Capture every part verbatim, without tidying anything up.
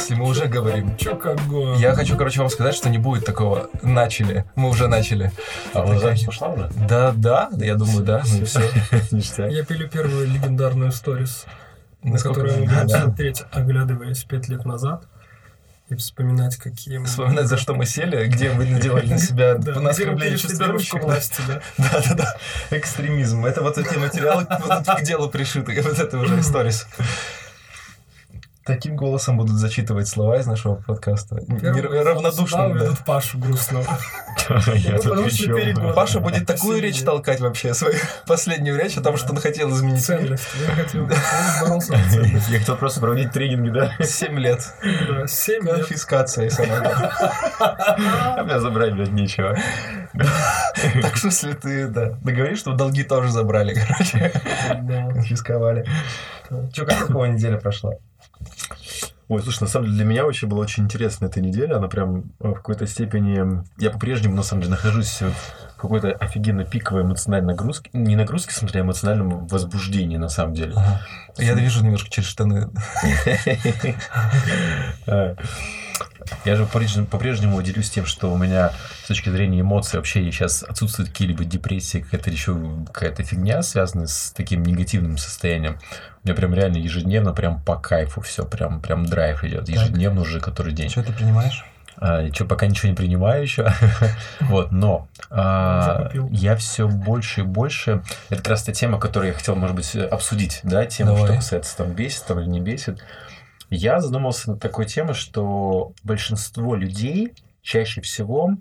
смысле, мы уже говорим. Чё как го? Я хочу, короче, вам сказать, что не будет такого. Начали. Мы уже начали. А уже запись пошла уже? Да, да, я думаю, да. Ну и все. Ништяк. Я пилю первую легендарную сторис, на которую мы будем смотреть, оглядываясь пять лет назад. И вспоминать, какие мы... Вспоминать, за что мы сели, где мы наделали на себя на оскорбление чувств верующих. власти, да? Да-да-да. Экстремизм. Это вот эти материалы к делу пришиты. Вот это уже сторис. Таким голосом будут зачитывать слова из нашего подкаста. Равнодушно. Ведут Пашу грустного. Паша будет такую речь толкать вообще, свою последнюю речь о том, что он хотел изменить мир. Я хотел бороться за ценности. Я хотел просто проводить тренинги, да? Семь лет. Да, семь лет. Конфискация, самое главное. А меня забрать, блядь, нечего. Так что, если ты, да, договоришь, что долги тоже забрали, короче. Конфисковали. Че, как такого неделя прошла? Ой, слушай, на самом деле для меня вообще была очень интересная эта неделя. Она прям в какой-то степени... Я по-прежнему, на самом деле, нахожусь в какой-то офигенно пиковой эмоциональной нагрузке. Не нагрузке, смотря, а эмоциональном возбуждении, на самом деле. Ага. Я вижу немножко через штаны. Я же по-прежнему делюсь тем, что у меня с точки зрения эмоций вообще сейчас отсутствует какие-либо депрессии, какая-то еще какая-то фигня, связанная с таким негативным состоянием. У меня прям реально ежедневно прям по кайфу все, прям, прям драйв идет. Ежедневно уже который день. Что ты принимаешь? А, что, пока ничего не принимаю еще. Вот, но а, я все больше и больше... Это как раз та тема, которую я хотел, может быть, обсудить, да, тему, Давай. что касается там бесит там, или не бесит. Я задумался над такой темой, что большинство людей чаще всего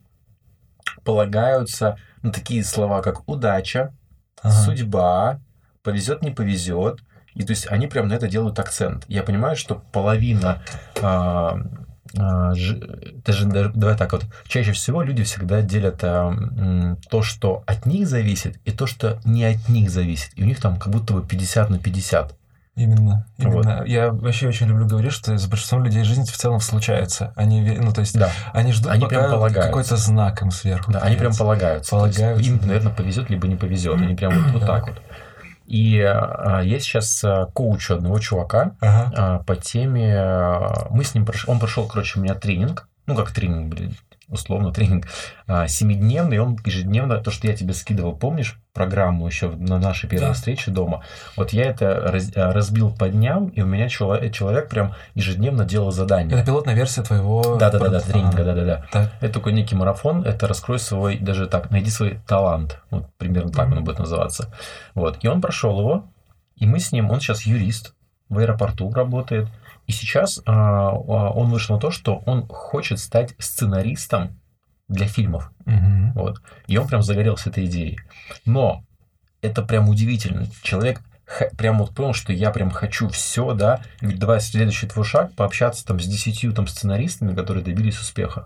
полагаются на такие слова, как удача, Ага. судьба, повезет, не повезет. И то есть они прям на это делают акцент. Я понимаю, что половина... А, а, ж, даже, даже, давай так вот. Чаще всего люди всегда делят а, м, то, что от них зависит, и то, что не от них зависит. И у них там как будто бы пятьдесят на пятьдесят. Именно, именно. Вот. Я вообще очень люблю говорить, что с большинством людей жизнь в целом случается. Они, ве- ну, то есть, Да. они ждут, Они пока прям полагаются. какой-то знак им сверху. Да, они прям появится. полагаются. Полагаются, То есть им, да. наверное, повезет, либо не повезет. Они прям вот, вот Да. так вот. И а, я сейчас а, коучу одного чувака Ага. а, по теме... а, мы с ним прошли... Он прошел, короче, у меня тренинг. Ну, как тренинг, блин, условно тренинг. А, семидневный. Он ежедневно... То, что я тебе скидывал, помнишь? Программу еще на нашей первой Да. встрече дома. Вот я это раз- а, разбил по дням, и у меня человек, человек прям ежедневно делал задания. Это пилотная версия твоего... Да-да-да, продукта. тренинга, Ага. да-да-да. Так. Это такой некий марафон, это раскрой свой, даже так, найди свой талант. Вот примерно так Мгм. он будет называться. Вот. И он прошел его, и мы с ним, он сейчас юрист, в аэропорту работает. И сейчас а, а, он вышел на то, что он хочет стать сценаристом для фильмов. Мгм. Вот. И он прям загорелся этой идеей. Но это прям удивительно. Человек х- прям вот понял, что я прям хочу все, да. И говорит, давай следующий твой шаг, пообщаться там с десятью там сценаристами, которые добились успеха,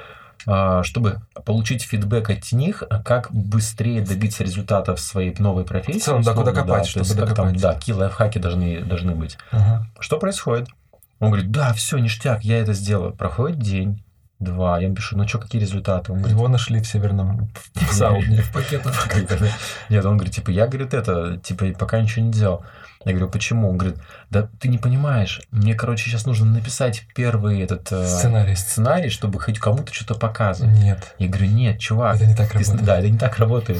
а, чтобы получить фидбэк от них, а как быстрее добиться результата в своей новой профессии. В целом, да, куда условно, копать, то чтобы есть как там, докопать. да, какие лайфхаки должны, должны быть. Ага. Что происходит? Он говорит, да, все, ништяк, я это сделаю. Проходит день, два, я ему пишу, ну что, какие результаты? Он говорит, Его нашли в Северном в сауне. В пакетах. Как-то, нет, он говорит, типа, я, говорит, это, типа, пока ничего не делал. Я говорю, почему? Он говорит, да ты не понимаешь, мне, короче, сейчас нужно написать первый этот э, Сценарий. сценарий, чтобы хоть кому-то что-то показывать. Нет. Я говорю, нет, чувак. Это не так ты с- работает. Да, это не так работает.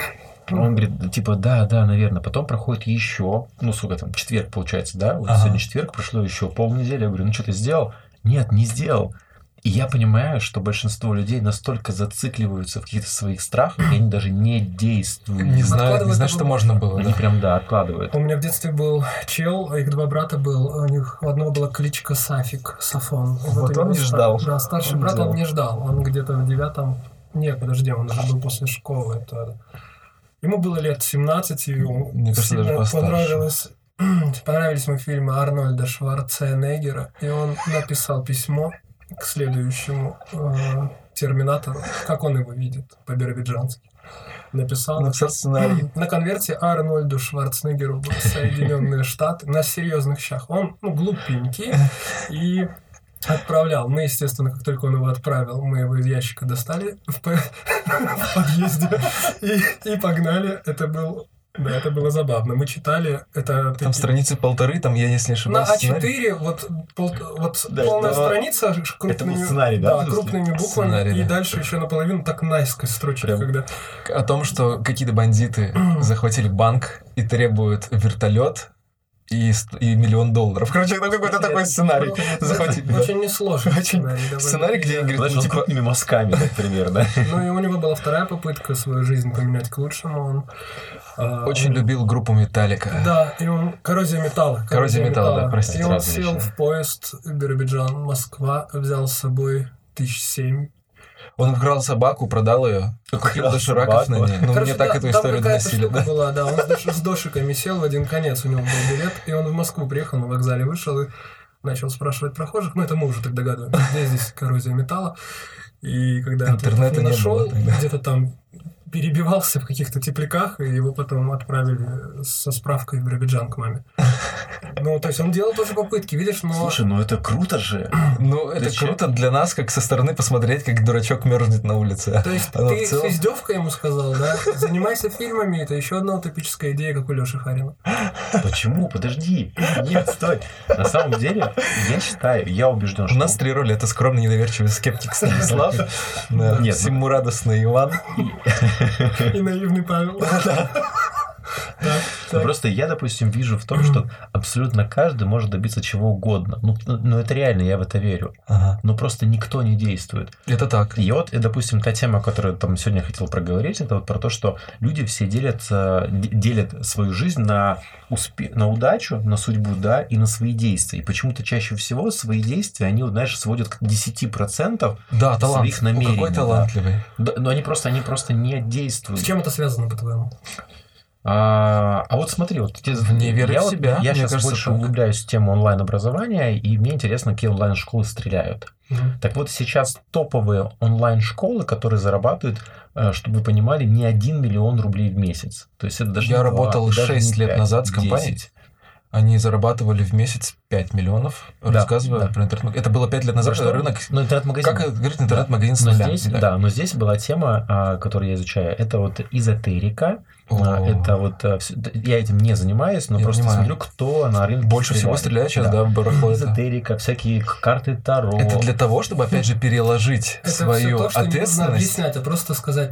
Он говорит, типа, да, да, наверное. Потом проходит еще, ну, сколько там, четверг получается, да? Вот Ага. сегодня четверг, прошло еще полнедели. Я говорю, ну, что ты сделал? Нет, не сделал. И я понимаю, что большинство людей настолько зацикливаются в каких-то своих страхах, и они даже не действуют. Не знаю, не Откладывают знаю, что это можно было. Они Да. прям, да, откладывают. У меня в детстве был чел, их два брата был, у них у одного была кличка Сафик, Сафон. И Вот у он него не ста- ждал. Да, старший Он брат, делал. он не ждал. Он где-то в девятом... Нет, подожди, он уже был после школы. Это... Ему было лет семнадцать, и ему Мне кажется, сильно даже постарше. понравилось... понравились ему фильмы Арнольда Шварценеггера, и он написал письмо к следующему э, Терминатору, как он его видит по-биробиджански. Написал Написал сценарий. на конверте Арнольду Шварценеггеру в Соединенные Штаты на серьезных щах. Он, ну, глупенький, и отправлял. Мы, естественно, как только он его отправил, мы его из ящика достали в, по- в подъезде и, и погнали. Это был Да, это было забавно. Мы читали, это... Там такие... страницы полторы, там, я если не ошибаюсь, На а четыре, вот, пол, вот Да, полная это- страница крупными, это был сценарий, да, да, в смысле? крупными буквами, Сценарий, и да. дальше еще наполовину так наискось строчек, Прям. когда... О том, что какие-то бандиты захватили банк и требуют вертолет и, ст- и миллион долларов. Короче, это какой-то такой сценарий. Захватили. да. Очень несложный Очень сценарий. довольно Сценарий, где приятный. они Знаешь, говорят, ну, он типа, крупными мазками, например, да? Ну и у него была вторая попытка свою жизнь поменять к лучшему. Он а, очень он- любил группу Металлика. Да, и он... Коррозия металла. Коррозия металла, да, простите, И он сразу сел еще. в поезд Биробиджан, Москва, взял с собой тысяч семь. Он украл собаку, продал ее, купил Украл дошираков на собаку. ней. Ну, Короче, мне так да, эту там историю какая-то доносили, штука да? была, да. Он с, дош- с дошиками сел в один конец, у него был билет, и он в Москву приехал, на вокзале вышел и начал спрашивать прохожих. Ну, это мы уже так догадываемся, где здесь коррозия металла. И когда ответов Интернета не нашел, было тогда. где-то там перебивался в каких-то тепляках, и его потом отправили со справкой в Биробиджан к маме. Ну, то есть он делал тоже попытки, видишь, но... Слушай, ну это круто же. Ну, это Зачем? круто для нас, как со стороны посмотреть, как дурачок мерзнет на улице. То есть Оно ты в целом- с издевкой ему сказал, да? Занимайся фильмами, это еще одна утопическая идея, как у Леши Харина. Почему? Подожди. Нет, стой. На самом деле, я считаю, я убежден, У что... нас три роли. Это скромный, недоверчивый скептик Станислав, да, Нет, всему радостный Иван. И наивный Павел. Ну, просто я, допустим, вижу в том, что абсолютно каждый может добиться чего угодно. Ну, ну, это реально, я в это верю. Ага. Но просто никто не действует. Это так. И вот, и, допустим, та тема, которую там сегодня я хотел проговорить, это вот про то, что люди все делятся, д- делят свою жизнь на, успе- на удачу, на судьбу, да, и на свои действия. И почему-то чаще всего свои действия, они, вот, знаешь, сводят к десяти процентам Да, талант. своих намерений. Какой да. талантливый. Да, но они просто, они просто не действуют. С чем это связано, по-твоему? А, а вот смотри, вот те- Вне веры я, в вот- себя, я мне сейчас кажется, больше так. углубляюсь в тему онлайн-образования, и мне интересно, какие онлайн-школы стреляют. Так вот, сейчас топовые онлайн-школы, которые зарабатывают, э, чтобы вы понимали, не один миллион рублей в месяц. То есть это даже Я не два, работал и даже шесть не лет пять, назад с компанией. десять. Они зарабатывали в месяц пять миллионов, Да, рассказывая да. про интернет-магазин. Это было пять лет назад, Про что что? рынок... Ну, интернет-магазин. Как говорит интернет-магазин с Но нуля. здесь, да. но здесь была тема, а, которую я изучаю, это вот эзотерика. А, О. Это вот а, всё- д- я этим не занимаюсь, но Я просто понимаю. смотрю, кто на рынке Больше всего стреляет сейчас, да, в барахло это. Эзотерика, всякие к- карты Таро. Это для того, чтобы, опять же, переложить Это все свою то, что не нужно ответственность. объяснять, а просто сказать,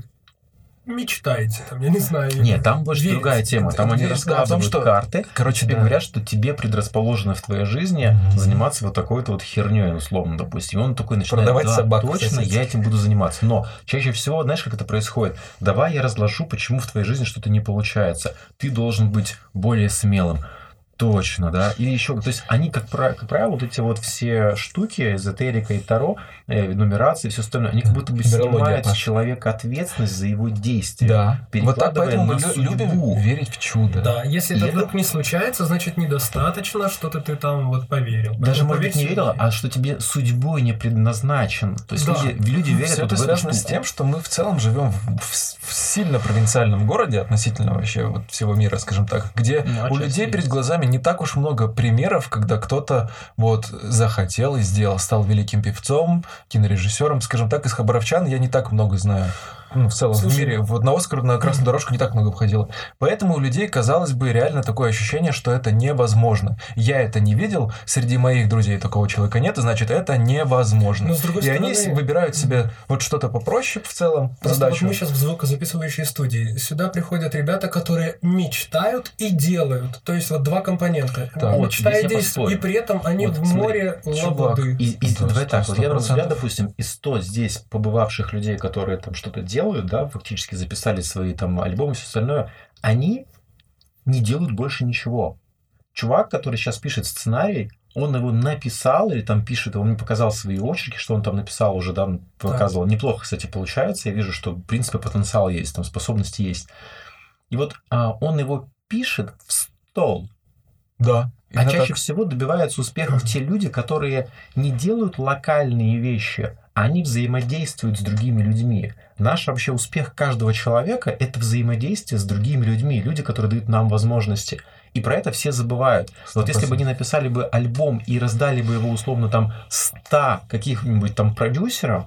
мечтайте, там, я не знаю. Нет, там больше верить. другая тема. Там они Верить, да, о том, раскладывают что- карты, Короче, тебе да. говорят, что тебе предрасположено в твоей жизни Мгм. заниматься вот такой-то вот херней, условно, допустим. И он такой начинает, Продавать да, собак, точно, кстати. я этим буду заниматься. Но чаще всего, знаешь, как это происходит? Давай я разложу, почему в твоей жизни что-то не получается. Ты должен быть более смелым. Точно, да. Или еще, то есть они, как, пра- как правило, вот эти вот все штуки, эзотерика и таро, э, нумерация и все остальное, они как будто бы Нумерология, снимают с Паш. человека ответственность за его действия. Да. Вот так перекладывая поэтому мы на лю- судьбу. любим верить в чудо. Да, если И это это- вдруг не случается, значит недостаточно, что-то ты там вот поверил. Даже, Поэтому может быть, не поверь верила, себе. а что тебе судьбой не предназначен. То есть Да. люди, люди верят Все вот это в эту связано с штуку. тем, что мы в целом живем в, в- в сильно провинциальном городе относительно вообще вот всего мира, скажем так, где Ну, у отчасти людей есть. перед глазами не так уж много примеров, когда кто-то вот захотел и сделал, стал великим певцом, кинорежиссером, скажем так, из хабаровчан я не так много знаю. Ну, в целом Слушай, в мире. Вот на Оскар, на Красную дорожку не так много обходило. Поэтому у людей, казалось бы, реально такое ощущение, что это невозможно. Я это не видел, среди моих друзей такого человека нет, значит, это невозможно. Но, с другой И стороны- они выбирают себе вот что-то попроще в целом, Просто задачу. вот мы сейчас в звукозаписывающей студии. Сюда приходят ребята, которые мечтают и делают. То есть вот два компонента. Так. Вот, Мечта здесь и я действие. И поспорю. при этом они Вот в смотри, море чувак, лободы. И, и Да, давай так, сто вот я, на мой взгляд, процентов. допустим, из сто здесь побывавших людей, которые там что-то делают, да, фактически записали свои там альбомы и все остальное, они не делают больше ничего. Чувак, который сейчас пишет сценарий, он его написал или там пишет, он мне показал свои очерки, что он там написал уже, да, показывал. Неплохо, кстати, получается. Я вижу, что, в принципе, потенциал есть, там способности есть. И вот а, он его пишет в стол. Да. А Именно чаще так. всего добиваются успехов те люди, которые не делают локальные вещи, а они взаимодействуют с другими людьми. Наш вообще успех каждого человека – это взаимодействие с другими людьми, люди, которые дают нам возможности. И про это все забывают. Вот если бы они написали бы альбом и раздали бы его условно там ста каких-нибудь там продюсерам,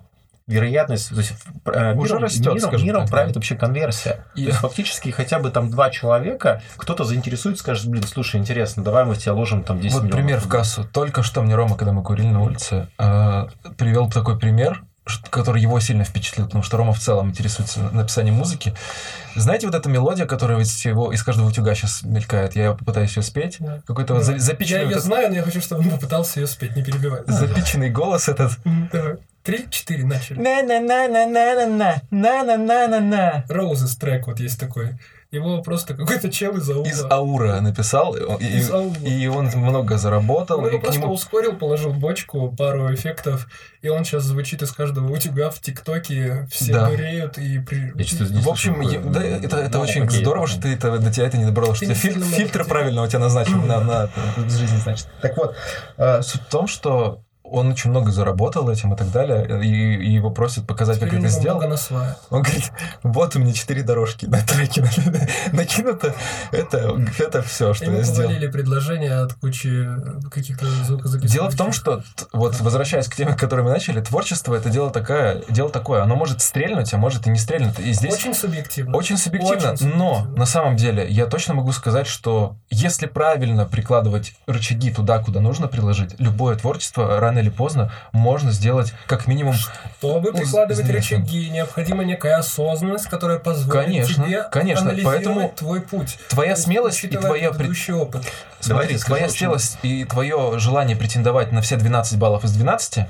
вероятность, то есть э, Уже миром, растет, миром, скажем миром так, правит да. вообще конверсия. И- То есть фактически хотя бы там два человека, кто-то заинтересуется, скажет, блин, слушай, интересно, давай мы в тебя ложим там десять Вот миллионов. пример в кассу. Только что мне Рома, когда мы курили на улице, э, привел такой пример, ш- который его сильно впечатлил, потому что Рома в целом интересуется написанием музыки. Знаете, вот эта мелодия, которая из всего, из каждого утюга сейчас мелькает, я попытаюсь ее спеть. Да. Какой-то вот Да. за- запиченный, Я вот ее этот знаю, но я хочу, чтобы он попытался ее спеть, не перебивай. запиченный голос этот. М, Давай. Три-четыре, начали. На-на-на-на-на-на, на-на-на-на-на. Роузес трек вот есть такой. Его просто какой-то чел из аула. Из Аура написал, и, Из аула. и он много заработал, Он его и к просто нему... ускорил, положил в бочку, пару эффектов, и он сейчас звучит из каждого утюга в ТикТоке, все Да. дуреют и... При... Я что-то не В слышал общем, такое. я- да, это, это Ну, очень окей, здорово, ладно. что ты это, до тебя это не добралось, что Ты тебя не фильтр, сильно фильтр много правильно у тебя назначен на, на, в жизни, значит. Так вот, э, суть в том, что он очень много заработал этим и так далее, и, и его просят показать, Теперь как у это него сделал. много на свае. Он говорит, вот у меня четыре дорожки на треке накинуто, это, это все, что Ему я сделал. повалили предложения от кучи каких-то звукозаписывающих. Дело в том, что, т- вот возвращаясь к теме, к которой мы начали, творчество это дело, такое, дело такое, оно может стрельнуть, а может и не стрельнуть. И здесь Очень субъективно. очень субъективно, Очень но субъективно. на самом деле я точно могу сказать, что если правильно прикладывать рычаги туда, куда нужно приложить, любое творчество рано или поздно можно сделать как минимум. Чтобы Уз- прикладывать известно. рычаги, необходима некая осознанность, которая позволит Конечно, тебе конечно, анализировать поэтому твой путь. Твоя То есть, смелость и учитывая твоя... пред- предыдущий опыт. Смотри, Давайте скажу твоя очень- смелость и твое желание претендовать на все двенадцать баллов из двенадцати,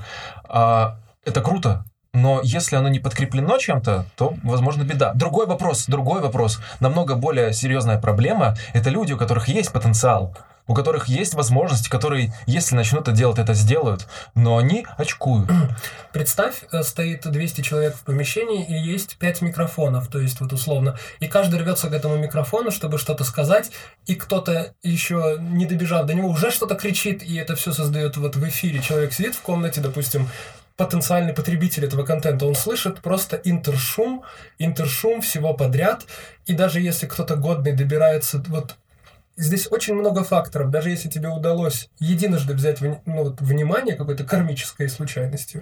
а, это круто. Но если оно не подкреплено чем-то, то, возможно, беда. Другой вопрос, другой вопрос. Намного более серьезная проблема – это люди, у которых есть потенциал, у которых есть возможности, которые, если начнут это делать, это сделают, но они очкуют. Представь, э, стоит двести человек в помещении и есть пять микрофонов, то есть вот условно, и каждый рвется к этому микрофону, чтобы что-то сказать, и кто-то еще, не добежав до него, уже что-то кричит, и это все создает вот в эфире. Человек сидит в комнате, допустим, потенциальный потребитель этого контента, он слышит просто интершум, интершум всего подряд, и даже если кто-то годный добирается, вот здесь очень много факторов, даже если тебе удалось единожды взять вни- ну, вот, внимание какой-то кармической случайностью,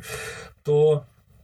то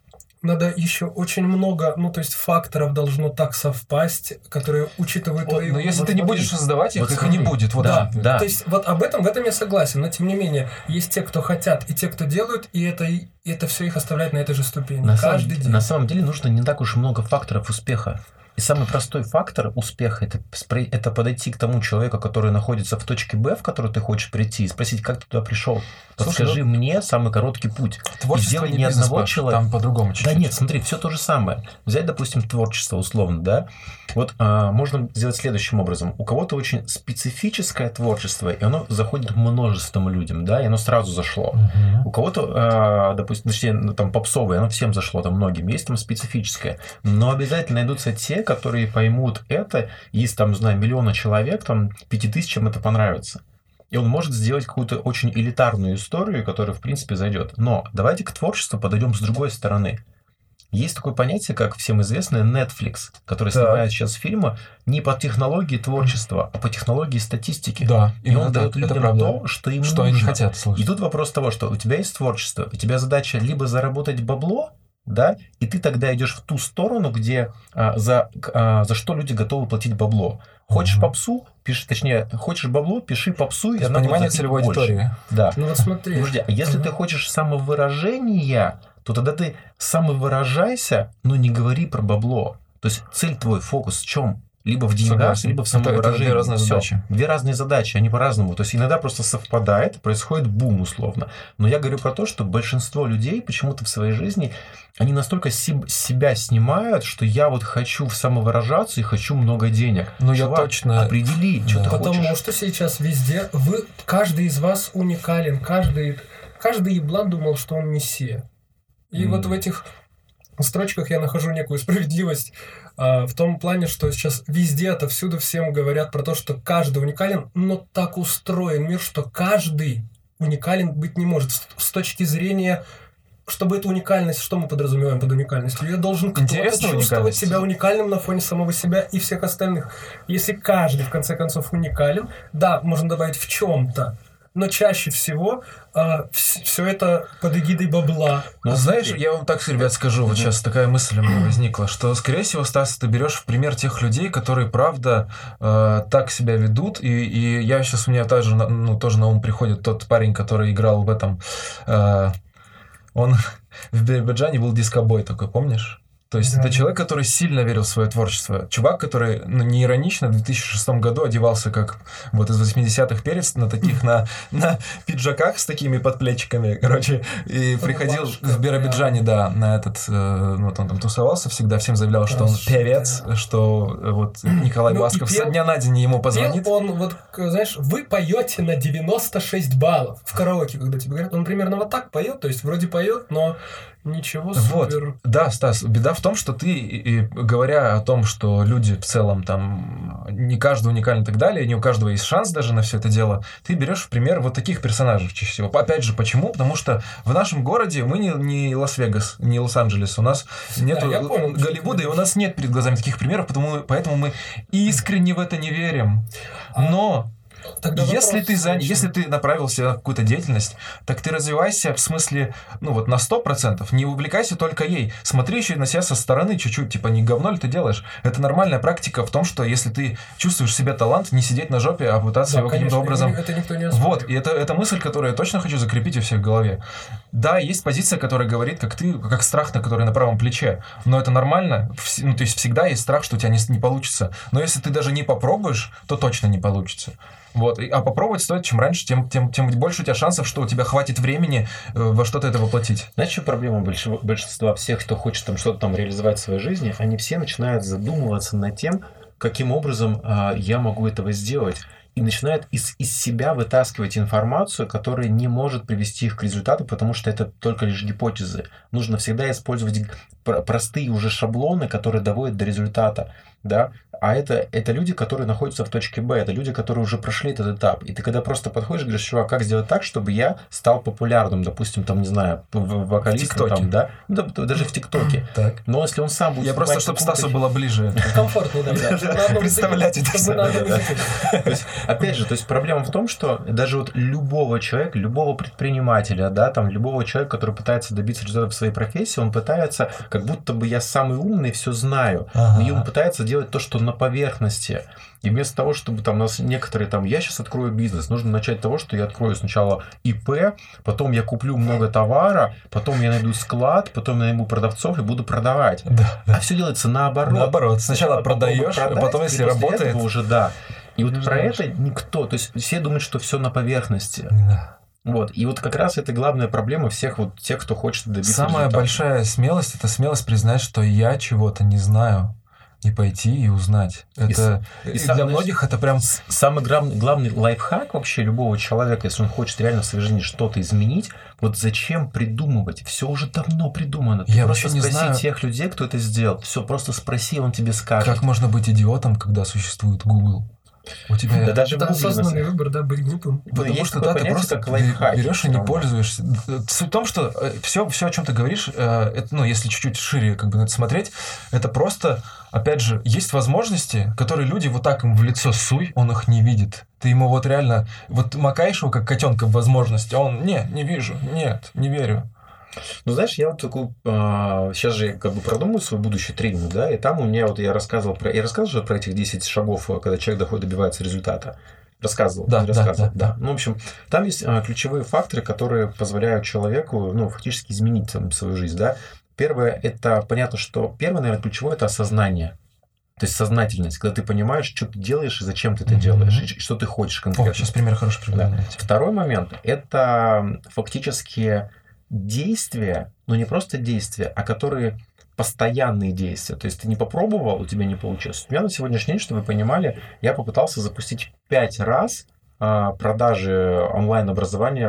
надо еще очень много, ну, то есть факторов должно так совпасть, которые учитывают О, твои... но если вот ты не смотри. будешь создавать их, Вот их и не смотри. будет. Вот Да, да. То есть вот об этом, в этом я согласен, но тем не менее, есть те, кто хотят, и те, кто делают, и это, и это все их оставляет на этой же ступени. На самом, Каждый день. на самом деле нужно не так уж много факторов успеха. И самый простой фактор успеха это, спро- это подойти к тому человеку, который находится в точке Б, в которую ты хочешь прийти, и спросить, как ты туда пришел. Подскажи Слушай, мне самый короткий путь. Творчество сделай не ни бизнес, одного Паш, человека- там по-другому чуть-чуть. Да нет, смотри, все то же самое. Взять, допустим, творчество условно, да. Вот а, можно сделать следующим образом. У кого-то очень специфическое творчество, и оно заходит множеством людям, да, и оно сразу зашло. Мгм. У кого-то, а, допустим, точнее, ну, там попсовое, оно всем зашло, там многим. Есть там специфическое. Но обязательно найдутся те, которые поймут это, и из, там, знаю, миллиона человек, там, пяти тысячам это понравится. И он может сделать какую-то очень элитарную историю, которая, в принципе, зайдет. Но давайте к творчеству подойдем с другой стороны. Есть такое понятие, как всем известное Netflix, который Так. снимает сейчас фильмы не по технологии творчества, а по технологии статистики. Да, И он именно дает так, это людям правда. то, что им Что нужно. они хотят И слышать. тут вопрос того, что у тебя есть творчество, у тебя задача либо заработать бабло, да, и ты тогда идешь в ту сторону, где а, за, а, за что люди готовы платить бабло. Хочешь Мгм. попсу, пиши, точнее, хочешь бабло, пиши попсу, и То есть она будет понимание за целевой больше. аудитории. Да. Ну вот смотри. Подожди, а если Ага. ты хочешь самовыражения, то тогда ты самовыражайся, но не говори про бабло. То есть цель твой, фокус в чем? Либо в деньгах, Согласен. либо в Это- это самовыражении. две разные Всё. задачи. Две разные задачи, они по-разному. То есть иногда просто совпадает, происходит бум условно. Но я говорю про то, что большинство людей почему-то в своей жизни, они настолько себ- себя снимают, что я вот хочу самовыражаться и хочу много денег. Ну, я Чувак, точно- определи, что Да. ты Потому хочешь. что сейчас везде вы, каждый из вас уникален, каждый, каждый еблан думал, что он мессия. И М. вот в этих строчках я нахожу некую справедливость а, в том плане, что сейчас везде, отовсюду всем говорят про то, что каждый уникален, но так устроен мир, что каждый уникален быть не может. С, с точки зрения, чтобы эту уникальность, что мы подразумеваем под уникальностью? Я должен кто-то Интересная чувствовать уникальность. себя уникальным на фоне самого себя и всех остальных. Если каждый, в конце концов, уникален, да, можно добавить в чем-то, но чаще всего а, вс- все это под эгидой бабла. Ну, знаешь, я вам так, ребят, скажу, вот сейчас такая мысль у меня возникла, что, скорее всего, Стас, ты берешь в пример тех людей, которые, правда, э, так себя ведут, и, и я сейчас, у меня тоже, на- ну, тоже на ум приходит тот парень, который играл в этом, э, он в Биробиджане был дискобой такой, помнишь? То есть Да. это человек, который сильно верил в свое творчество. Чувак, который, ну, не иронично, в две тысячи шестом году одевался как вот из восьмидесятых перец на таких, на, на пиджаках с такими подплечиками, короче, и приходил Рубашка, в Биробиджане, да, на этот, э, вот он там тусовался всегда, всем заявлял, что он Расшитый, певец, да. что э, вот Николай Ну, и Басков со пел- дня на день ему позвонит. Пел он, вот, к- знаешь, вы поете на девяносто шесть баллов в караоке, когда тебе говорят, он примерно вот так поет, то есть вроде поет, но ничего Вот, супер. да, Стас, беда в том, что ты, и- и говоря о том, что люди в целом там не каждый уникален и так далее, не у каждого есть шанс даже на все это дело, ты берешь в пример вот таких персонажей чаще всего. Опять же, почему? Потому что в нашем городе мы не, не Лас-Вегас, не Лос-Анджелес, у нас нету я понял, что Голливуда, ты и у нас нет перед глазами таких примеров, потому, поэтому мы искренне в это не верим. Но... Тогда Если вопрос ты, зан... следующий. если ты направился на какую-то деятельность, так ты развивайся в смысле, ну вот на сто процентов, не увлекайся только ей. Смотри еще и на себя со стороны чуть-чуть, типа не говно ли ты делаешь. Это нормальная практика в том, что если ты чувствуешь в себе талант, не сидеть на жопе, а пытаться Да, его каким-то конечно, образом... это никто не оспаривает. Вот, и это, это мысль, которую я точно хочу закрепить у всех в голове. Да, есть позиция, которая говорит, как ты, как страх, на который на правом плече, но это нормально, Вс- ну то есть всегда есть страх, что у тебя не, не получится. Но если ты даже не попробуешь, то точно не получится. Вот. И- А попробовать стоит, чем раньше, тем, тем, тем больше у тебя шансов, что у тебя хватит времени э, во что-то это воплотить. Знаешь, что проблема большего- большинства всех, кто хочет там что-то там реализовать в своей жизни? Они все начинают задумываться над тем, каким образом а, я могу этого сделать. И начинают из, из себя вытаскивать информацию, которая не может привести их к результату, потому что это только лишь гипотезы. Нужно всегда использовать пр- простые уже шаблоны, которые доводят до результата. Да? А это, это люди, которые находятся в точке Б, это люди, которые уже прошли этот этап. И ты когда просто подходишь и говоришь, чувак, как сделать так, чтобы я стал популярным, допустим, там, не знаю, в- в- вокалистом, ТикТоке. там, да? Ну, да, даже в ТикТоке. Так. Но если он сам будет... Я просто, вступать чтобы в какую-то Стасу было ближе. Комфортно, да. Да, На одном представлять языке, это чтобы на одном да, да. языке. То есть, опять же, то есть проблема в том, что даже вот любого человека, любого предпринимателя, да, там, любого человека, который пытается добиться результатов в своей профессии, он пытается, как будто бы я самый умный, все знаю. Ага. И он пытается делать то, что на поверхности. И вместо того, чтобы там у нас некоторые там, я сейчас открою бизнес, нужно начать с того, что я открою сначала ИП, потом я куплю много товара, потом я найду склад, потом я найму продавцов и буду продавать. Да, А все делается наоборот. Наоборот, сначала попробуй продаешь, а продать, потом, и если после работает... этого уже да. И вот Ну, про знаешь. это никто, то есть все думают, что все на поверхности. Да. Вот. И вот как раз это главная проблема всех вот тех, кто хочет добиться Самая результата. большая смелость — это смелость признать, что я чего-то не знаю, и пойти и узнать. Это и и сам, для знаешь, многих это прям... Самый главный, главный лайфхак вообще любого человека, если он хочет реально в своей жизни что-то изменить, вот зачем придумывать? Все уже давно придумано. Ты Я просто вообще не спроси знаю- тех людей, кто это сделал. Все, просто спроси, он тебе скажет. Как можно быть идиотом, когда существует Google? У тебя... Да даже в Это Гугле, на самом осознанный выбор, да, быть глупым. Ну, Потому есть что такое да, ты понятие, просто как лайфхаки берешь и всё не равно. пользуешься. Суть в том, что все, все, о чем ты говоришь, э, это, ну, если чуть-чуть шире как бы на это смотреть, это просто, опять же, есть возможности, которые люди вот так им в лицо суй, он их не видит. Ты ему вот реально, вот макаешь его как котенка в возможности, а он, не, не вижу, нет, не верю. Ну, знаешь, я вот такую... а, сейчас же я как бы продумаю свой будущий тренинг, да, и там у меня вот я рассказывал про... Я рассказывал же про этих десять шагов, когда человек доходит, добивается результата. Рассказывал? Да, не да, рассказывал, да, да. Ну, в общем, там есть а, ключевые факторы, которые позволяют человеку, ну, фактически изменить там, свою жизнь, да. Первое, это понятно, что первое, наверное, ключевое, это осознание. То есть сознательность, когда ты понимаешь, что ты делаешь и зачем ты это Мгм. делаешь, и что ты хочешь конкретно. О, сейчас пример хороший Да. приведу. Второй момент – это фактически действия, но не просто действия, а которые постоянные действия. То есть ты не попробовал, у тебя не получилось. У меня на сегодняшний день, чтобы вы понимали, я попытался запустить пять раз а, продажи онлайн-образования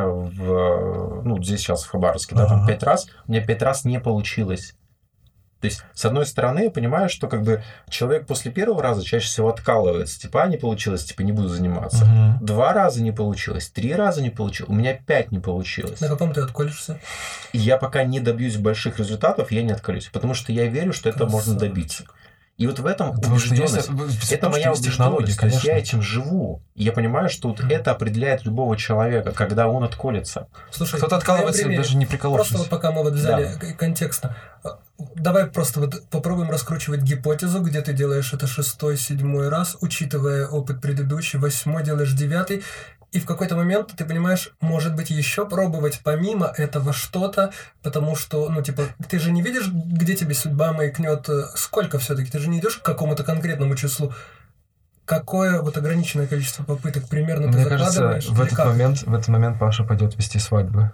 в, ну, здесь сейчас в Хабаровске, да, там Ага. пять раз, у меня пять раз не получилось. То есть, с одной стороны, я понимаю, что как бы человек после первого раза чаще всего откалывается, типа, а, не получилось, типа, не буду заниматься. Мгм. Два раза не получилось, три раза не получилось, у меня пять не получилось. На каком ты отколешься? И я пока не добьюсь больших результатов, я не отколюсь, потому что я верю, что это можно Красавчик. добиться. И вот в этом Потому что убежденность. есть, Это моя есть технологии, убежденность. То есть конечно. я этим живу. И я понимаю, что вот это определяет любого человека, когда он отколется. Слушай, Кто-то откалывается, примере, даже не просто приколовшись. вот пока мы вот взяли да. контекстно, давай просто вот попробуем раскручивать гипотезу, где ты делаешь это шестой, седьмой раз, учитывая опыт предыдущий, восьмой делаешь девятый, и в какой-то момент ты понимаешь, может быть, еще пробовать помимо этого что-то, потому что, ну, типа, ты же не видишь, где тебе судьба маякнет, сколько все-таки, ты же не идешь к какому-то конкретному числу. Какое вот ограниченное количество попыток примерно ты Мне кажется, закладываешь? в этот, момент, в этот момент Паша пойдет вести свадьбы.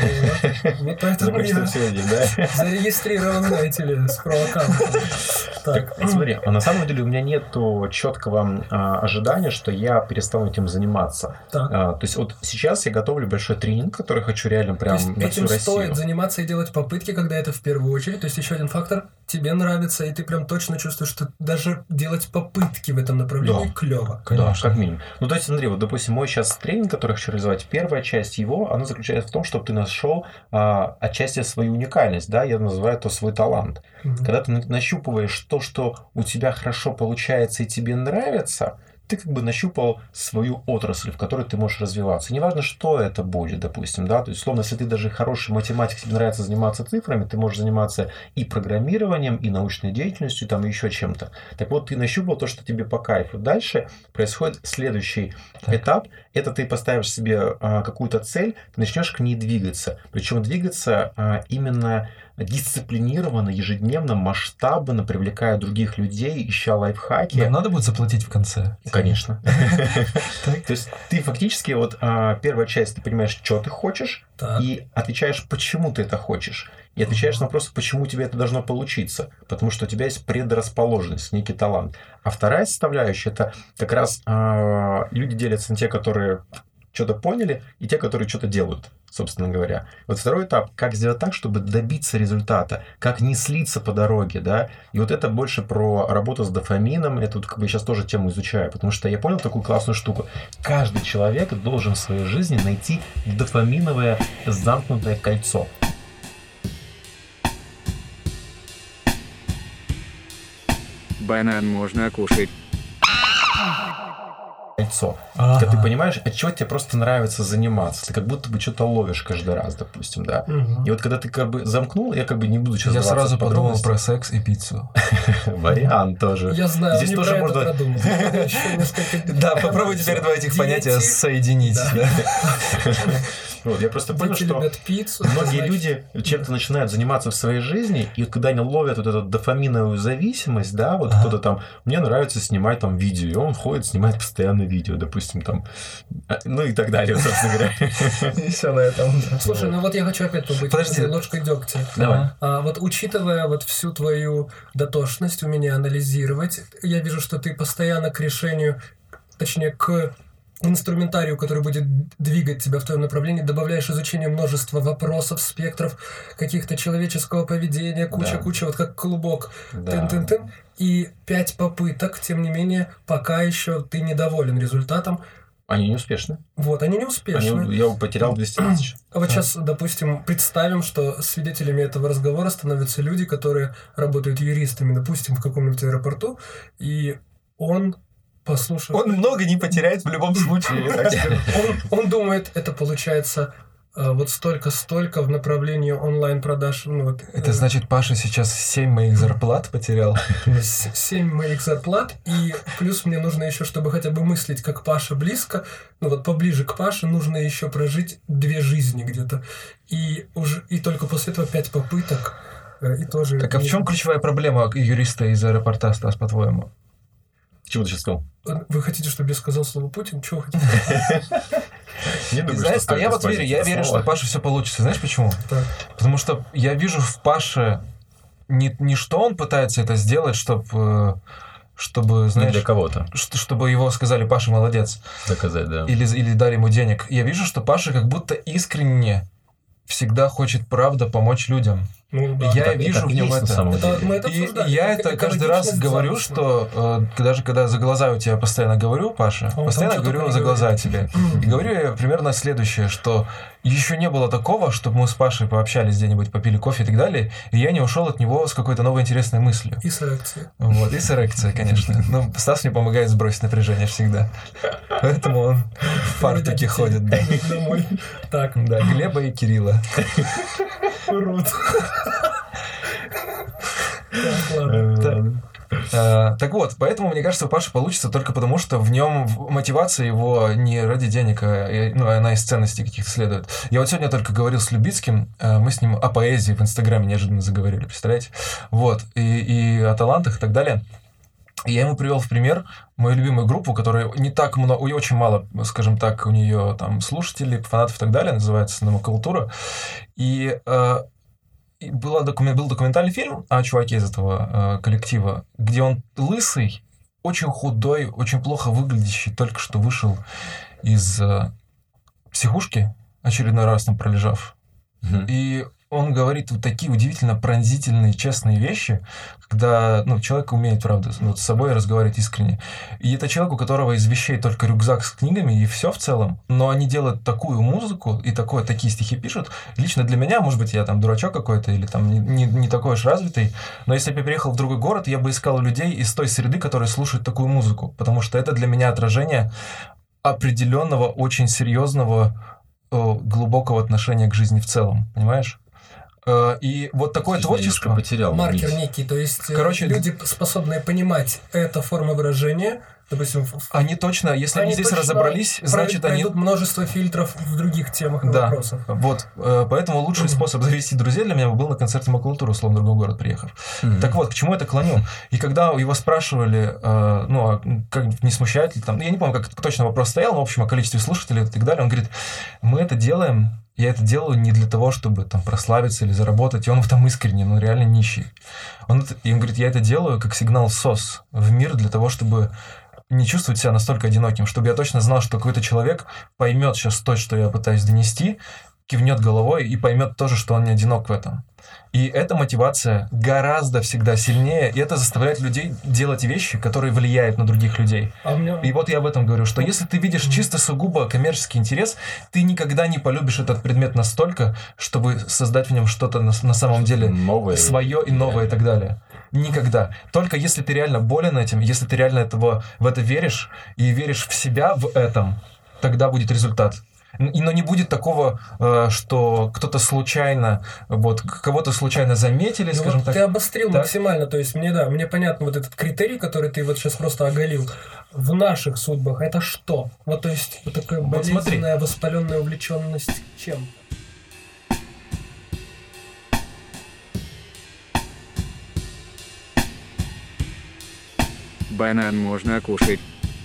Вот поэтому я зарегистрирован, знаете ли, с проаккаунтом. Так, смотри, а на самом деле у меня нету четкого ожидания, что я перестану этим заниматься. То есть вот сейчас я готовлю большой тренинг, который хочу реально прям на всю Россию. Этим стоит заниматься и делать попытки, когда это в первую очередь. То есть еще один фактор, тебе нравится, и ты прям точно чувствуешь, что даже делать попытки в этом направлении клево. Да, как минимум. Ну, то есть, смотри, вот, допустим, мой сейчас тренинг, который я хочу реализовать, первая часть его, она заключается в том, чтобы ты нашел а, отчасти свою уникальность, да, я называю это свой талант. Mm-hmm. Когда ты нащупываешь то, что у тебя хорошо получается и тебе нравится, ты как бы нащупал свою отрасль, в которой ты можешь развиваться. Неважно, что это будет, допустим, да, то есть, словно, если ты даже хороший математик, тебе нравится заниматься цифрами, ты можешь заниматься и программированием, и научной деятельностью, там, и еще чем-то. Так вот, ты нащупал то, что тебе по кайфу. Дальше происходит следующий так. этап. Это ты поставишь себе а, какую-то цель, ты начнешь к ней двигаться. Причем двигаться а, именно дисциплинированно, ежедневно, масштабно, привлекая других людей, ища лайфхаки. Нам надо будет заплатить в конце. Конечно. То есть ты фактически, вот первая часть, ты понимаешь, что ты хочешь, и отвечаешь, почему ты это хочешь. И отвечаешь на вопрос, почему тебе это должно получиться. Потому что у тебя есть предрасположенность, некий талант. А вторая составляющая, это как раз люди делятся на те, которые что-то поняли, и те, которые что-то делают, собственно говоря. Вот второй этап, как сделать так, чтобы добиться результата, как не слиться по дороге, да, и вот это больше про работу с дофамином, это вот как бы я сейчас тоже тему изучаю, потому что я понял такую классную штуку. Каждый человек должен в своей жизни найти дофаминовое замкнутое кольцо. Банан можно кушать. Кольцо. Ага. Когда ты понимаешь, от чего тебе просто нравится заниматься. Ты как будто бы что-то ловишь каждый раз, допустим, да. Угу. И вот когда ты как бы замкнул, я как бы не буду сейчас Я сразу подумал про секс и пиццу. Вариант тоже. Я знаю, здесь тоже можно... Да, попробуйте теперь два этих понятия соединить. Вот, я просто понял, что пиццу, многие значит... люди чем-то начинают заниматься в своей жизни, и вот когда они ловят вот эту дофаминовую зависимость, да, вот ага. кто-то там, мне нравится снимать там видео, и он ходит, снимает постоянно видео, допустим, там, ну и так далее, собственно говоря. И все на этом. Слушай, ну вот я хочу опять побыть ложкой дегтя. Давай. А, вот учитывая вот всю твою дотошность, умение анализировать, я вижу, что ты постоянно к решению, точнее, к инструментарию, который будет двигать тебя в твоем направлении, добавляешь изучение множества вопросов, спектров, каких-то человеческого поведения, куча-куча, да. вот как клубок, да. тын-тын-тын, и пять попыток, тем не менее, пока еще ты недоволен результатом. Они не успешны. Вот, они не успешны. Они, я потерял двести тысяч. А вот сейчас, допустим, представим, что свидетелями этого разговора становятся люди, которые работают юристами, допустим, в каком-нибудь аэропорту, и он послушав... Он много не потеряет в любом случае. он, он думает, это получается вот столько-столько в направлении онлайн-продаж. Ну, вот, это значит, Паша сейчас семь моих зарплат потерял? семь моих зарплат, и плюс мне нужно еще, чтобы хотя бы мыслить как Паша близко, ну вот поближе к Паше, нужно еще прожить две жизни где-то. И, уже, и только после этого пять попыток. И тоже... Так а в чем ключевая проблема юриста из аэропорта, Стас, по-твоему? Чего ты сейчас сказал? Вы хотите, чтобы я сказал слово Путин? Чего хотите? Не думаю, знаешь, что а я вот верю, я верю, что у Паши все получится. Знаешь почему? Так. Потому что я вижу в Паше не, не что он пытается это сделать, чтобы, чтобы знаешь... Не для кого-то. Чтобы его сказали, Паша, молодец. Доказать, да. Или, или дали ему денег. Я вижу, что Паша как будто искренне всегда хочет, правда, помочь людям. Ну, да. Я Это- вижу это в нем есть на это. самом Это- деле. мы это И обсуждали. я Как это каждый раз экологичность говорю, замысла. что э, даже когда за глаза у тебя постоянно говорю, Паша, Он постоянно там что-то говорю за глаза говорит. тебе. И говорю я примерно следующее, что еще не было такого, чтобы мы с Пашей пообщались где-нибудь, попили кофе и так далее, и я не ушел от него с какой-то новой интересной мыслью. И с эрекцией. Вот, и с эрекцией, конечно. Но Стас мне помогает сбросить напряжение всегда. Поэтому он в фартуке ходит. Да. Домой. Так, Да, Глеба и Кирилла. урод. Так, ладно. А, Так вот, поэтому, мне кажется, у Паши получится только потому, что в нем мотивация его не ради денег, а э, ну, она из ценностей каких-то следует. Я вот сегодня только говорил с Любицким, э, мы с ним о поэзии в Инстаграме неожиданно заговорили, представляете? Вот, и, и о талантах и так далее. И я ему привел в пример мою любимую группу, которая не так много, и очень мало, скажем так, у нее там слушателей, фанатов и так далее, называется «Номенклатура». И э, и была докумен- был документальный фильм о чуваке из этого э, коллектива, где он лысый, очень худой, очень плохо выглядящий, только что вышел из э, психушки, очередной раз там пролежав. Мгм. И он говорит вот такие удивительно пронзительные, честные вещи, когда ну, человек умеет, правда, ну, вот с собой разговаривать искренне. И это человек, у которого из вещей только рюкзак с книгами, и все в целом. Но они делают такую музыку и такое, такие стихи пишут. Лично для меня, может быть, я там дурачок какой-то или там не, не, не такой уж развитый, но если бы я переехал в другой город, я бы искал людей из той среды, которые слушают такую музыку. Потому что это для меня отражение определенного, очень серьезного, э, глубокого отношения к жизни в целом. Понимаешь? Э, И вот такое Я немножко творчество... потерял. Маркер нить. некий, то есть э, Короче, люди, способные понимать эту форму выражения, допустим, в- в- Они точно, если они, здесь точно разобрались, про- значит, они... пройдут множество фильтров в других темах и Да. вопросах. Вот, э, поэтому лучший Мгм. способ завести друзей для меня был на концерте макулатуры, условно, в другой город приехав. Мгм. Так вот, к чему это клоню? И когда его спрашивали, э, ну, а как не смущает ли там, я не помню, как точно вопрос стоял, но, в общем, о количестве слушателей и так далее, он говорит, мы это делаем, я это делаю не для того, чтобы там прославиться или заработать, и он в этом искренне, он реально нищий. Он, это- и он говорит, я это делаю как сигнал СОС в мир для того, чтобы не чувствовать себя настолько одиноким, чтобы я точно знал, что какой-то человек поймет сейчас то, что я пытаюсь донести, кивнет головой и поймет тоже, что он не одинок в этом. И эта мотивация гораздо всегда сильнее, и это заставляет людей делать вещи, которые влияют на других людей. А у меня... И вот я об этом говорю, что если ты видишь чисто сугубо коммерческий интерес, ты никогда не полюбишь этот предмет настолько, чтобы создать в нем что-то на, на самом деле Новое. свое и новое и так далее. Никогда. Только если ты реально болен этим, если ты реально этого, в это веришь и веришь в себя в этом, тогда будет результат. И, но не будет такого, э, что кто-то случайно, вот, кого-то случайно заметили, Ну скажем вот так. ты обострил Так. максимально, то есть мне, да, мне понятно вот этот критерий, который ты вот сейчас просто оголил. В наших судьбах это что? Вот, то есть, вот такая Вот смотри. болезненная, воспаленная увлеченность чем? Банан можно кушать.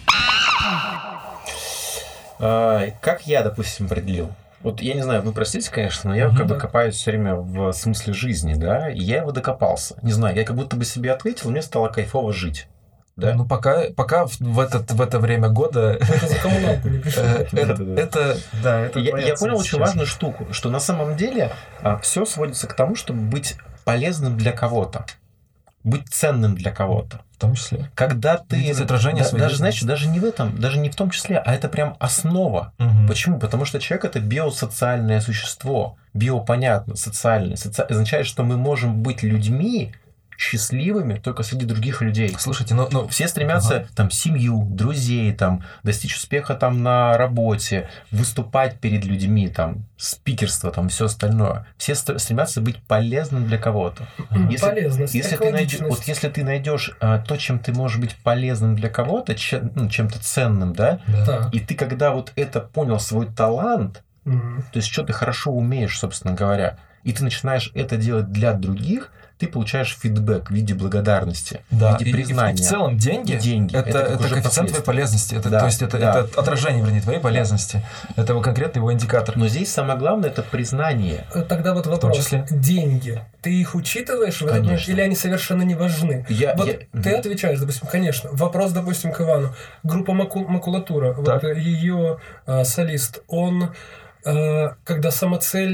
А, Как я, допустим, определил? Вот я не знаю, вы простите, конечно, но я Мгм. как бы копаюсь все время в смысле жизни, да, и я его докопался. Не знаю, я как будто бы себе ответил, и мне стало кайфово жить. Да? Ну, пока, пока в, в, этот, в это время года... Это за коммуналку не пришел. э, Это, Да-да-да. это, да, это Я, твоя я цель понял очень сейчас. важную штуку, что на самом деле все сводится к тому, чтобы быть полезным для кого-то, быть ценным для кого-то. В том числе. Когда ты... Видеть отражение да- своей даже, знаешь, деятельности. даже не в этом, даже не в том числе, а это прям основа. Мгм. Почему? Потому что человек — это биосоциальное существо. Биопонятно, социальное. Соци... означает, что мы можем быть людьми счастливыми только среди других людей. Слушайте, ну... ну Все стремятся Ага. там семью, друзей, там, достичь успеха там на работе, выступать перед людьми, там, спикерство, там, все остальное. Все ст- стремятся быть полезным для кого-то. Если- Полезность, Если ты, найдешь, экологичность. вот если ты найдешь а, то, чем ты можешь быть полезным для кого-то, чем, ну, чем-то ценным, да, да. Так. и ты когда вот это понял, свой талант, Мгм. то есть что ты хорошо умеешь, собственно говоря, и ты начинаешь это делать для других, ты получаешь фидбэк в виде благодарности, Да, в виде и, и в- и признания. в целом деньги, И деньги. это, Это это, как уже коэффициент твоей последствия. полезности, это, Да, то есть это, да. это отражение, вернее, твоей полезности, это конкретно его индикатор. Но здесь самое главное — это признание. Тогда вот вопрос. числе. Деньги. Ты их учитываешь в этот момент, Конечно. или они совершенно не важны? Я, Вот я- ты Мгм. отвечаешь, допустим, конечно. Вопрос, допустим, к Ивану. Группа Маку- Макулатура, вот Так. ее солист, он, э, когда самоцель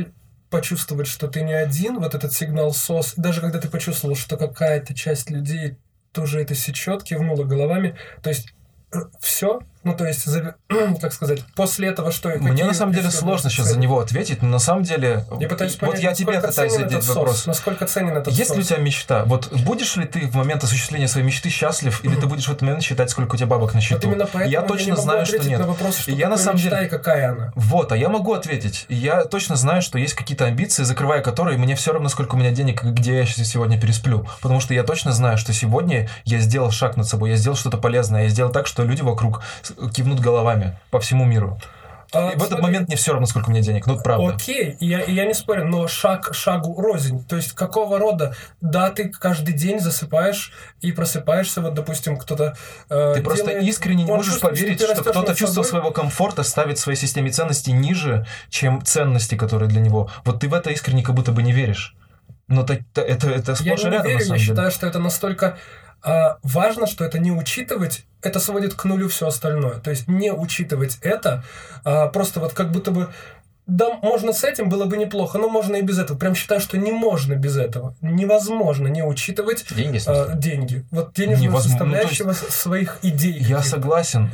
почувствовать, что ты не один, вот этот сигнал СОС, даже когда ты почувствовал, что какая-то часть людей тоже это сечет, кивнула головами, то есть все, ну то есть, как сказать, после этого что? Мне на самом деле сложно сейчас за него ответить, но на самом деле, я пытаюсь вот понять, я тебе пытаюсь задать вопрос. Насколько ценен этот Есть сос? ли у тебя мечта? Вот будешь ли ты в момент осуществления своей мечты счастлив, или ты будешь в этот момент считать, сколько у тебя бабок на счету? Вот именно поэтому я точно я не знаю, что нет. На вопрос, что и я на самом мечта деле... и какая она. Вот, а я могу ответить. И я точно знаю, что есть какие-то амбиции, закрывая которые мне все равно, сколько у меня денег, и где я сегодня пересплю. Потому что я точно знаю, что сегодня я сделал шаг над собой, я сделал что-то полезное, я сделал так, что люди вокруг кивнут головами по всему миру. А, и в этот момент мне все равно, сколько у меня денег, ну это правда. Окей, я, я не спорю, но шаг шагу рознь. То есть какого рода? Да, ты каждый день засыпаешь и просыпаешься, вот, допустим, кто-то э, Ты просто делает... искренне не Он можешь чувствует, поверить, что, что кто-то чувство своего комфорта ставит в своей системе ценностей ниже, чем ценности, которые для него. Вот ты в это искренне как будто бы не веришь. Но это, это, это сплошь и рядом, я не верю, на самом я деле. считаю, что это настолько а, важно, что это не учитывать, это сводит к нулю все остальное. То есть не учитывать это, а, просто вот как будто бы, да, можно с этим, было бы неплохо, но можно и без этого. Прям считаю, что не можно без этого. Невозможно не учитывать деньги. А, деньги. Вот денежную Невозможно. составляющего ну, есть, своих идей. Я каких-то. согласен,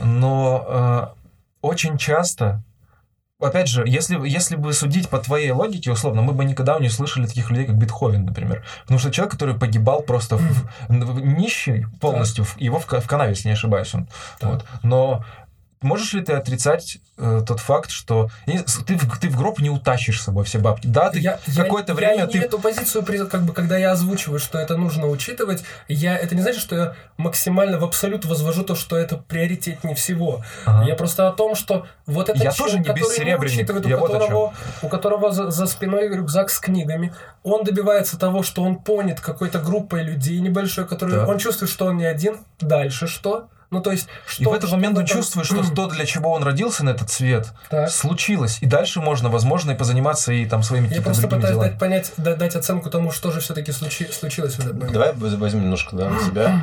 но э, очень часто... Опять же, если, если бы судить по твоей логике, условно, мы бы никогда не услышали таких людей, как Бетховен, например. Потому что человек, который погибал просто в, в, нищий полностью, да. в, его в, в канаве, если не ошибаюсь. Он. Да. Вот. Но можешь ли ты отрицать э, тот факт, что ты, ты в гроб не утащишь с собой все бабки? Да, ты я, какое-то я, время... Я ты... не эту позицию, как бы, когда я озвучиваю, что это нужно учитывать, я, это не значит, что я максимально в абсолют возвожу то, что это приоритетнее всего. Ага. Я просто о том, что вот этот я человек, тоже не который не учитывает, у которого, вот у которого за, за спиной рюкзак с книгами, он добивается того, что он понят какой-то группой людей небольшой, которые да. он чувствует, что он не один. Дальше что? Ну, то есть, что, и в этот момент он там... чувствует, что то, для чего он родился на этот свет, так. случилось. И дальше можно, возможно, и позаниматься и там своими какими-то другими делами. Я просто пытаюсь дать понять, дать, дать оценку тому, что же все-таки случи, случилось в этот момент. Давай возьмем немножко да, на себя.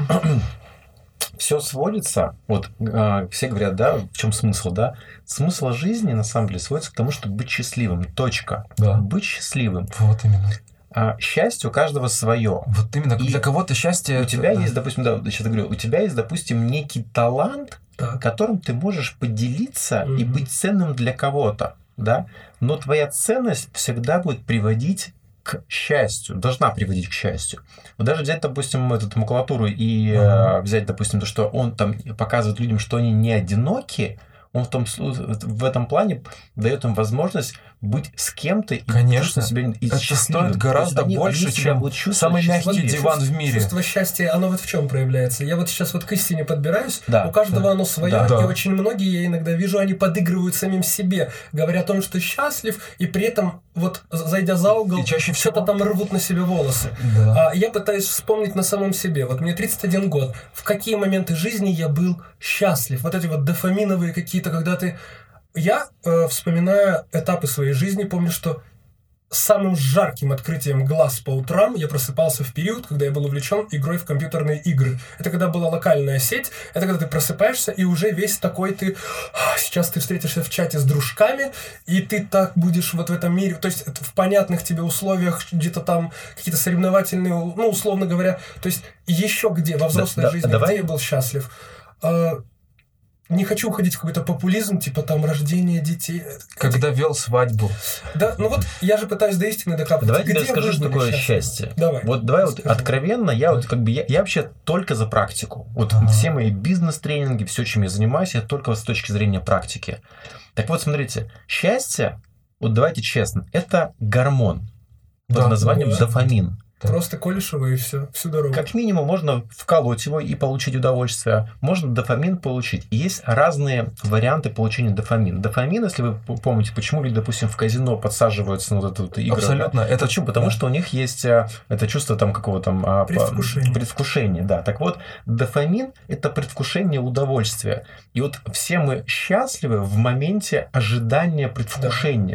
Все сводится, вот э, все говорят, да, в чем смысл, да? Смысл жизни, на самом деле, сводится к тому, чтобы быть счастливым. Точка. Да. Быть счастливым. Вот именно. А счастье у каждого свое. Вот именно. И для кого-то счастье... У тебя есть, допустим, да, сейчас говорю, у тебя есть, допустим, некий талант, так. которым ты можешь поделиться mm-hmm. и быть ценным для кого-то, да? Но твоя ценность всегда будет приводить к счастью, должна приводить к счастью. Вот даже взять, допустим, эту макулатуру и mm-hmm. взять, допустим, то, что он там показывает людям, что они не одиноки, он в, том, в этом плане дает им возможность быть с кем-то и Конечно. себя и это счастливым. стоит гораздо они, больше, они чем самый мягкий диван в мире. Чувство счастья, оно вот в чем проявляется? Я вот сейчас вот к истине подбираюсь, да, у каждого да, оно свое, да, и да. очень многие, я иногда вижу, они подыгрывают самим себе, говоря о том, что счастлив, и при этом вот зайдя за угол, чаще что-то всего... там рвут на себе волосы. Да. А я пытаюсь вспомнить на самом себе. Вот мне тридцать один год. В какие моменты жизни я был счастлив? Вот эти вот дофаминовые какие-то, когда ты... Я, э, вспоминая этапы своей жизни, помню, что самым жарким открытием глаз по утрам я просыпался в период, когда я был увлечен игрой в компьютерные игры. Это когда была локальная сеть, это когда ты просыпаешься и уже весь такой ты... Сейчас ты встретишься в чате с дружками, и ты так будешь вот в этом мире, то есть в понятных тебе условиях, где-то там какие-то соревновательные, ну, условно говоря, то есть еще где, во взрослой да, жизни, да, где я был счастлив. Не хочу уходить в какой-то популизм, типа там рождение детей. Когда вел свадьбу. Да, ну вот я же пытаюсь до истины докапываться. Давай я тебе Где расскажу, что такое счастливы? счастье. Давай. Вот давай вот скажи. откровенно, я вот как бы я, я вообще только за практику. Вот ага. все мои бизнес-тренинги, все, чем я занимаюсь, я только с точки зрения практики. Так вот, смотрите, счастье, вот давайте честно, это гормон под да, названием да. дофамин. Просто колешь его и все, всю дорогу. Как минимум можно вколоть его и получить удовольствие. Можно дофамин получить. Есть разные варианты получения дофамина. Дофамин, если вы помните, почему люди, допустим, в казино подсаживаются на вот эту вот игру. Абсолютно. Да? Это почему? Потому да. что у них есть это чувство там какого-то там предвкушения. предвкушения. Да. Так вот, дофамин – это предвкушение удовольствия. И вот все мы счастливы в моменте ожидания предвкушения. Да.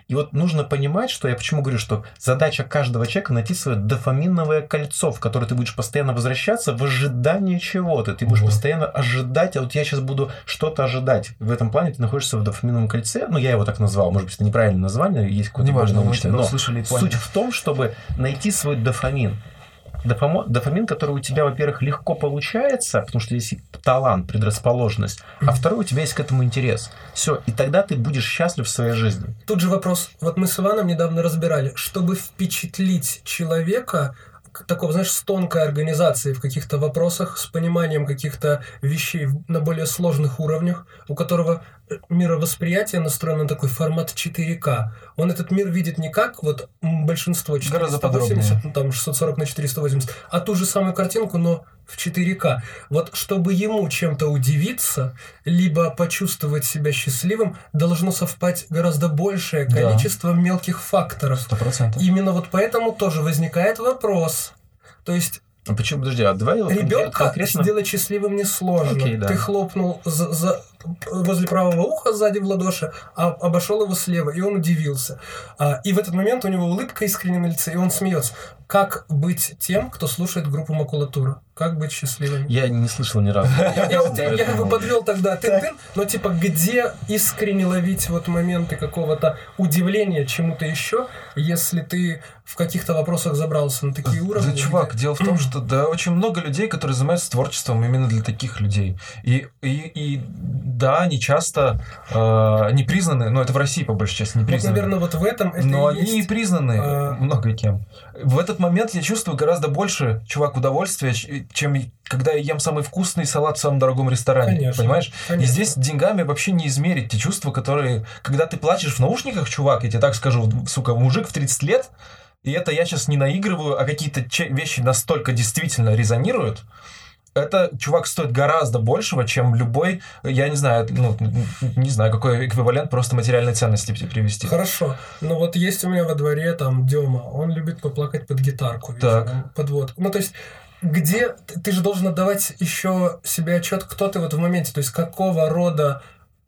И вот нужно понимать, что я почему говорю, что задача каждого человека найти свое дофаминовое кольцо, в которое ты будешь постоянно возвращаться в ожидании чего-то. Ты будешь Вот. постоянно ожидать, а вот я сейчас буду что-то ожидать. В этом плане ты находишься в дофаминовом кольце. Ну, я его так назвал, может быть, это неправильное название, есть какое-то более Неважно, мы научное. тебя Но услышали и суть поняли. в том, чтобы найти свой дофамин. Дофамо- дофамин, который у тебя, во-первых, легко получается, потому что есть талант, предрасположенность, а второй, у тебя есть к этому интерес. Все, и тогда ты будешь счастлив в своей жизни. Тут же вопрос. Вот мы с Иваном недавно разбирали. Чтобы впечатлить человека, к- такого, знаешь, с тонкой организацией в каких-то вопросах, с пониманием каких-то вещей в- на более сложных уровнях, у которого э, мировосприятие настроено на такой формат четыре ка. Он этот мир видит не как вот м, большинство Гораздо четыреста восемьдесят, подробнее. ну, там шестьсот сорок на четыреста восемьдесят, а ту же самую картинку, но в четыре ка. Вот чтобы ему чем-то удивиться, либо почувствовать себя счастливым, должно совпать гораздо большее Да. количество мелких факторов. Сто процентов. Именно вот поэтому тоже возникает вопрос. То есть А почему, подожди, а давай вот конкрет- ребенка конкретно... сделать счастливым несложно. Окей, да. Ты хлопнул за- за- возле правого уха сзади в ладоши, а обошел его слева, и он удивился. А, и в этот момент у него улыбка искренне на лице, и он смеется. Как быть тем, кто слушает группу макулатура? Как быть счастливым? Я не слышал ни разу. Я, я, вот- я как бы подвел тогда тын-тын, но типа где искренне ловить вот моменты какого-то удивления чему-то еще, если ты в каких-то вопросах забрался на такие уровни? Да, чувак, где- дело в том, что да, очень много людей, которые занимаются творчеством именно для таких людей. И, и, и да, они часто э, не признаны, но это в России по большей части не Вот, признаны. наверное, вот в этом это Но и они и есть. признаны а, много кем. В этот момент я чувствую гораздо больше, чувак, удовольствия, ч- чем и- когда я ем самый вкусный салат в самом дорогом ресторане. Конечно, Понимаешь? конечно. И здесь деньгами вообще не измерить те чувства, которые... Когда ты плачешь в наушниках, чувак, я тебе так скажу, сука, мужик в тридцать лет, и это я сейчас не наигрываю, а какие-то че- вещи настолько действительно резонируют, это, чувак, стоит гораздо большего, чем любой, я не знаю, ну, не знаю, какой эквивалент просто материальной ценности тебе привести. Хорошо. Но вот есть у меня во дворе там Дема, он любит поплакать под гитарку вечером, под водку. Ну, то есть, где ты, ты же должен отдавать еще себе отчет, кто ты в этом моменте, то есть, какого рода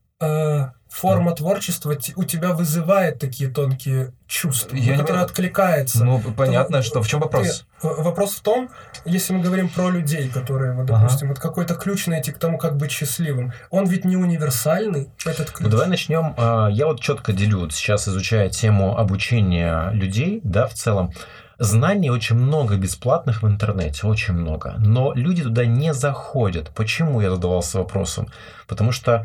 э, форма творчества те- у тебя вызывает такие тонкие чувства, Я на не которые понимаю. откликается. Ну, понятно, То, что. В чем вопрос? Ты- э, вопрос в том, если мы говорим про людей, которые, вот, Ага. допустим, вот какой-то ключ найти к тому, как быть счастливым, он ведь не универсальный, этот ключ. Ну, давай начнем. а, Я вот четко делю, вот сейчас изучая тему обучения людей, да, в целом. Знаний очень много бесплатных в интернете, очень много. Но люди туда не заходят. Почему я задавался вопросом? Потому что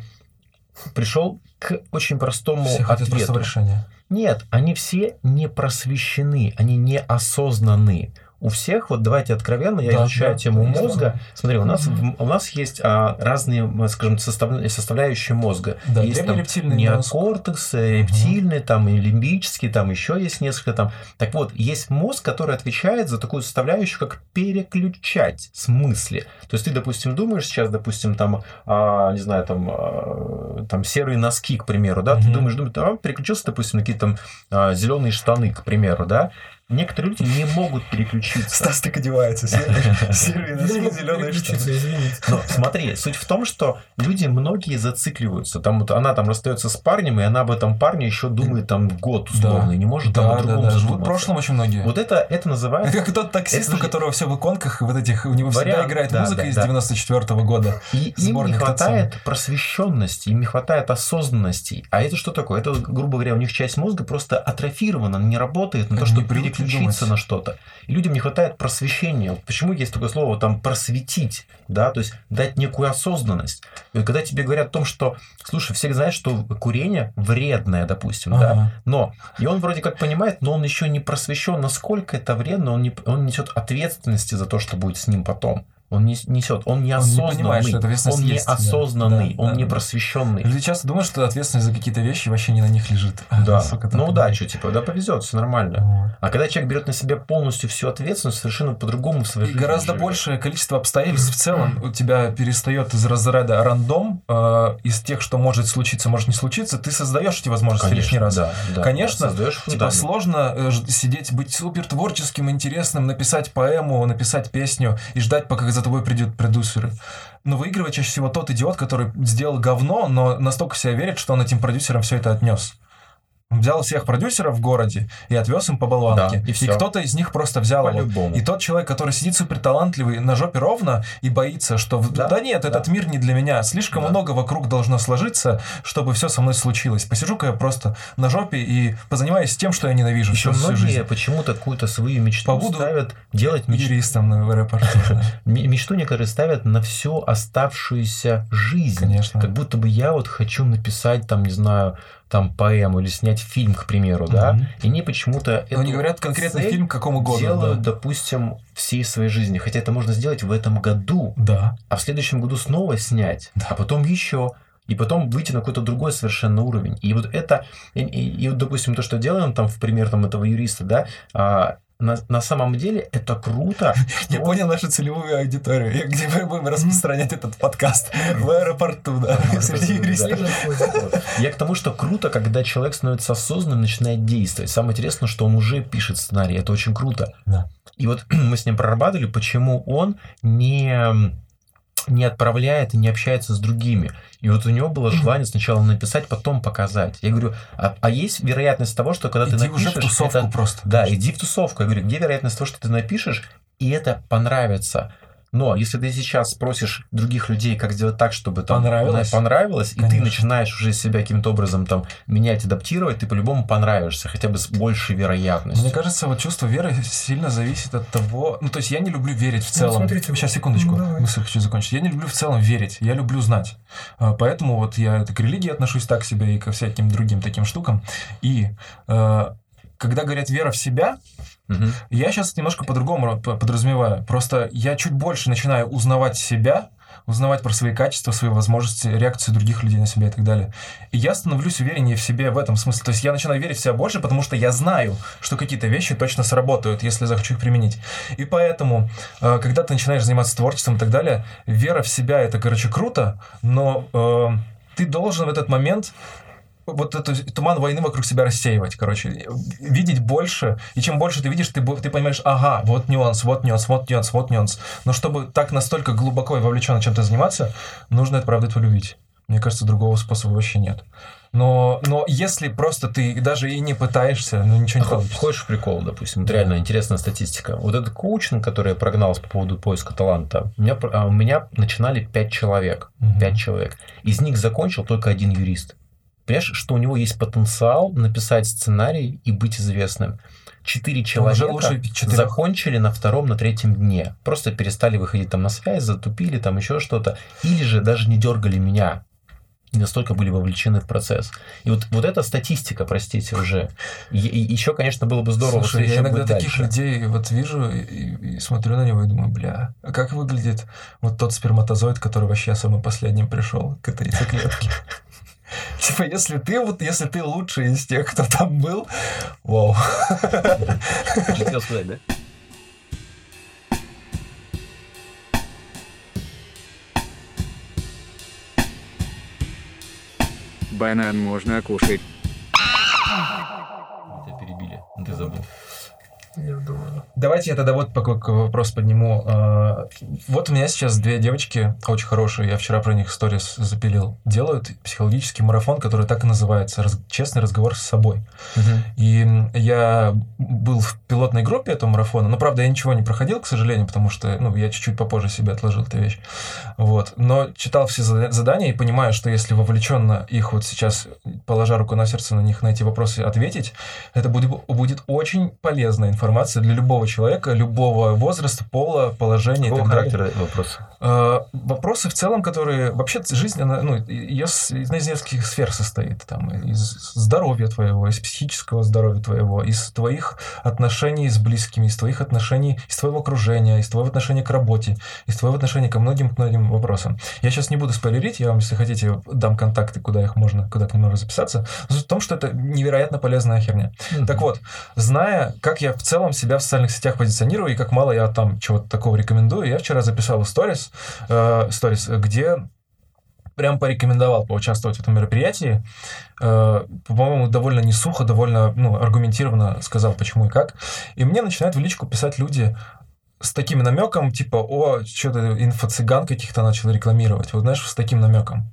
пришел к очень простому Все хотят ответу. простого решения. Нет, они все не просвещены, они не осознаны. У всех, вот давайте откровенно, я Да, изучаю да, тему я мозга. знаю. Смотри, у нас, в- у нас есть а, разные, скажем, состав- составляющие мозга. Да, есть там древнерептильный мозг. неокортекс, рептильный, там, и лимбический, там еще есть несколько там. Так вот, есть мозг, который отвечает за такую составляющую, как переключать смысли. То есть ты, допустим, думаешь сейчас, допустим, там, а, не знаю, там, а, там серые носки, к примеру, да, ты Мгм. думаешь, думаешь, а, переключился, допустим, на какие-то там зеленые штаны, к примеру, да. Некоторые люди не могут переключиться. Стас так одевается. Серые Я не могу переключиться, извините. Но смотри, суть в том, что люди многие зацикливаются. Там вот она там расстается с парнем, и она об этом парне еще думает там год условно, и не может там о Да, да, другом да. Живут в задуматься. прошлом очень многие. Вот это, это называется... Это как тот таксист, Это у же- которого все в иконках, вот этих, у него всегда Вариант, играет да, музыка да, из да. девяносто четвёртого года. И им не Сборник хватает просвещенности, им не хватает осознанности. А это что такое? Это, грубо говоря, у них часть мозга просто атрофирована, она не работает на то, Они не чтобы привыкли переключиться думать. на что-то. И людям не хватает просвещения. Вот почему есть такое слово там просветить, да, то есть дать некую осознанность. И когда тебе говорят о том, что, слушай, все знают, что курение вредное, допустим, да, Ага. но и он вроде как понимает, но он еще не просвещен, насколько это вредно, он, не, он несет ответственности за то, что будет с ним потом. Он не несет, он не Он не осознанный, понимает, что эта ответственность он не есть, да. осознанный, Да, он да, не да. просвещенный. Люди часто думают, что ответственность за какие-то вещи вообще не на них лежит. Да, Сука, ну так. удачи, типа, да, повезет, все нормально. Вот. А когда человек берет на себя полностью всю ответственность, совершенно по-другому в своей И жизни гораздо живет. большее количество обстоятельств в целом у тебя перестает из разряда рандом, э, из тех, что может случиться, может не случиться, ты создаешь эти возможности Конечно, лишний раз. да, да, Конечно, да, создаешь типа фундамент. сложно э, ж- сидеть, быть супер творческим, интересным, написать поэму, написать песню и ждать, пока за тобой придут продюсеры. Но выигрывает чаще всего тот идиот, который сделал говно, но настолько в себя верит, что он этим продюсерам все это отнес. Он взял всех продюсеров в городе и отвез им по болванке. Да, и и всё. кто-то из них просто взял По-любому. его. И тот человек, который сидит суперталантливый, на жопе ровно и боится, что в- да, Да, нет, да. этот мир не для меня. Слишком Да. много вокруг должно сложиться, чтобы все со мной случилось. Посижу-ка я просто на жопе и позанимаюсь тем, что я ненавижу Еще всю, всю многие жизнь. почему-то какую-то свою мечту Побуду ставят делать меч- Юристом на аэропорту. м- мечту некоторые ставят на всю оставшуюся жизнь. Конечно. Как будто бы я вот хочу написать там, не знаю, там поэму или снять фильм, к примеру, да, Мгм. и они почему-то Но они эту говорят конкретный цель фильм к какому году. делают, да. допустим, всей своей жизни. Хотя это можно сделать в этом году, Да. а в следующем году снова снять, а потом еще. И потом выйти на какой-то другой совершенно уровень. И вот это, и, и- и вот, допустим, то, что делаем там в пример там, этого юриста, да, а, на, на самом деле это круто. Я Он- понял нашу целевую аудиторию, и где мы будем распространять этот подкаст в аэропорту, да, среди юристов. И на входе. Вот. Я к тому, что круто, когда человек становится осознанным, начинает действовать. Самое интересное, что он уже пишет сценарий. Это очень круто. Да. И вот мы с ним прорабатывали, почему он не, не отправляет и не общается с другими. И вот у него было желание сначала написать, потом показать. Я говорю, а, а есть вероятность того, что когда ты Иди напишешь... уже в тусовку это- просто. Да, иди в тусовку. Я говорю, где вероятность того, что ты напишешь, и это понравится. Но если ты сейчас спросишь других людей, как сделать так, чтобы там Понравилось? понравилось, и ты Конечно. начинаешь уже себя каким-то образом там менять, адаптировать, ты по-любому понравишься, хотя бы с большей вероятностью. Мне кажется, вот чувство веры сильно зависит от того... Ну, то есть я не люблю верить в Ну, целом. смотрите, Сейчас, секундочку, ну, давай. мысль хочу закончить. Я не люблю в целом верить, я люблю знать. А, Поэтому вот я это к религии отношусь так себе и ко всяким другим таким штукам. И э, когда говорят вера в себя, Мгм. я сейчас немножко по-другому п- подразумеваю. Просто я чуть больше начинаю узнавать себя, узнавать про свои качества, свои возможности, реакции других людей на себя и так далее. И я становлюсь увереннее в себе в этом смысле. То есть я начинаю верить в себя больше, потому что я знаю, что какие-то вещи точно сработают, если захочу их применить. И поэтому, э, когда ты начинаешь заниматься творчеством и так далее, вера в себя — это, короче, круто, но э, ты должен в этот момент вот этот туман войны вокруг себя рассеивать, короче, видеть больше, и чем больше ты видишь, ты, бо- ты понимаешь, ага, вот нюанс, вот нюанс, вот нюанс, вот нюанс. Но чтобы так настолько глубоко и вовлеченно чем-то заниматься, нужно это, правда, полюбить. Мне кажется, другого способа вообще нет. Но, но если просто ты даже и не пытаешься, ну ничего не Хо- получится. Хочешь в прикол, допустим? Вот реально интересная статистика. Вот этот коучинг, который я прогнал по поводу поиска таланта, у меня, а, у меня начинали пять человек. Мгм. Пять человек. Из них закончил только один юрист. Понимаешь, что у него есть потенциал написать сценарий и быть известным. Четыре человека лучше четырех. закончили на втором, на третьем дне. Просто перестали выходить там на связь, затупили, там еще что-то. Или же даже не дергали меня. И настолько были вовлечены в процесс. И вот, вот эта статистика, простите, уже. И, и еще, конечно, было бы здорово, Слушай, я встреча иногда будет таких дальше. людей вот вижу и, и- и смотрю на него и думаю, бля, а как выглядит вот тот сперматозоид, который вообще самым последним пришел к этой яйцеклетке? Типа, если ты вот, если ты лучший из тех, кто там был, вау. Что хотел сказать, да? Банан можно кушать. Тебя перебили, ты забыл. Я думаю. Давайте я тогда вот такой вопрос подниму. А, Вот у меня сейчас две девочки очень хорошие, я вчера про них сторис запилил, делают психологический марафон, который так и называется «Раз- «Честный разговор с собой». И я был в пилотной группе этого марафона, но, правда, я ничего не проходил, к сожалению, потому что ну, я чуть-чуть попозже себе отложил эту вещь. Вот. Но читал все зада- задания и понимаю, что если вовлеченно их вот сейчас, положа руку на сердце, на них, на эти вопросы ответить, это будет, будет очень полезная информация для любого человека, любого возраста, пола, положения Какого и так далее. характера вопрос? Э, Вопросы в целом, которые... Вообще жизнь, она, ну, ее с- из нескольких сфер состоит. Там, из здоровья твоего, из психического здоровья твоего, из твоих отношений с близкими, из твоих отношений, из твоего окружения, из твоего отношения к работе, из твоего отношения ко многим-многим вопросам. Я сейчас не буду спойлерить, я вам, если хотите, дам контакты, куда их можно, куда к ним можно записаться. Но суть в том, что это невероятно полезная херня. Так вот, зная, как я в целом себя в социальных сетях позиционирую и как мало я там чего-то такого рекомендую, я вчера записал сторис, э, сторис, где прям порекомендовал поучаствовать в этом мероприятии. Э, по-моему, довольно не сухо, довольно ну, аргументированно сказал, почему и как. И мне начинают в личку писать люди с таким намеком, типа, о, что-то инфо-цыган каких-то начал рекламировать. Вот знаешь, с таким намеком.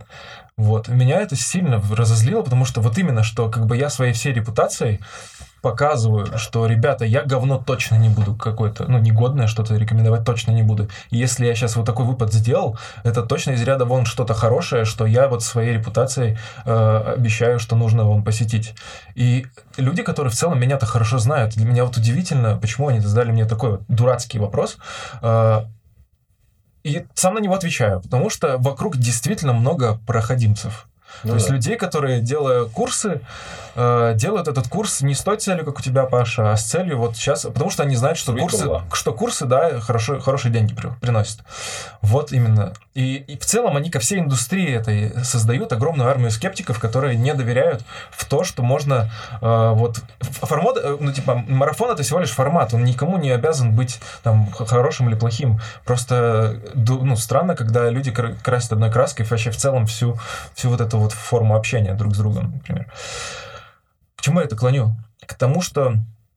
Вот. Меня это сильно разозлило, потому что вот именно, что как бы я своей всей репутацией показываю, что, ребята, я говно точно не буду какое-то, ну, негодное что-то рекомендовать точно не буду. И если я сейчас вот такой выпад сделал, это точно из ряда вон что-то хорошее, что я вот своей репутацией э, обещаю, что нужно вон посетить. И люди, которые в целом меня-то хорошо знают, для меня вот удивительно, почему они задали мне такой вот дурацкий вопрос, э, и сам на него отвечаю, потому что вокруг действительно много проходимцев. Ну, То да. есть людей, которые, делая курсы, э, делают этот курс не с той целью, как у тебя, Паша, а с целью вот сейчас... Потому что они знают, что курсы, что курсы, да, хорошо, хорошие деньги при, приносят. Вот именно. И, и в целом они ко всей индустрии этой создают огромную армию скептиков, которые не доверяют в то, что можно... Э, вот формат, ну, типа, марафон — это всего лишь формат. Он никому не обязан быть там хорошим или плохим. Просто, ну, странно, когда люди красят одной краской вообще в целом всю, всю вот эту вот форму общения друг с другом, например. К чему я это клоню? К тому, что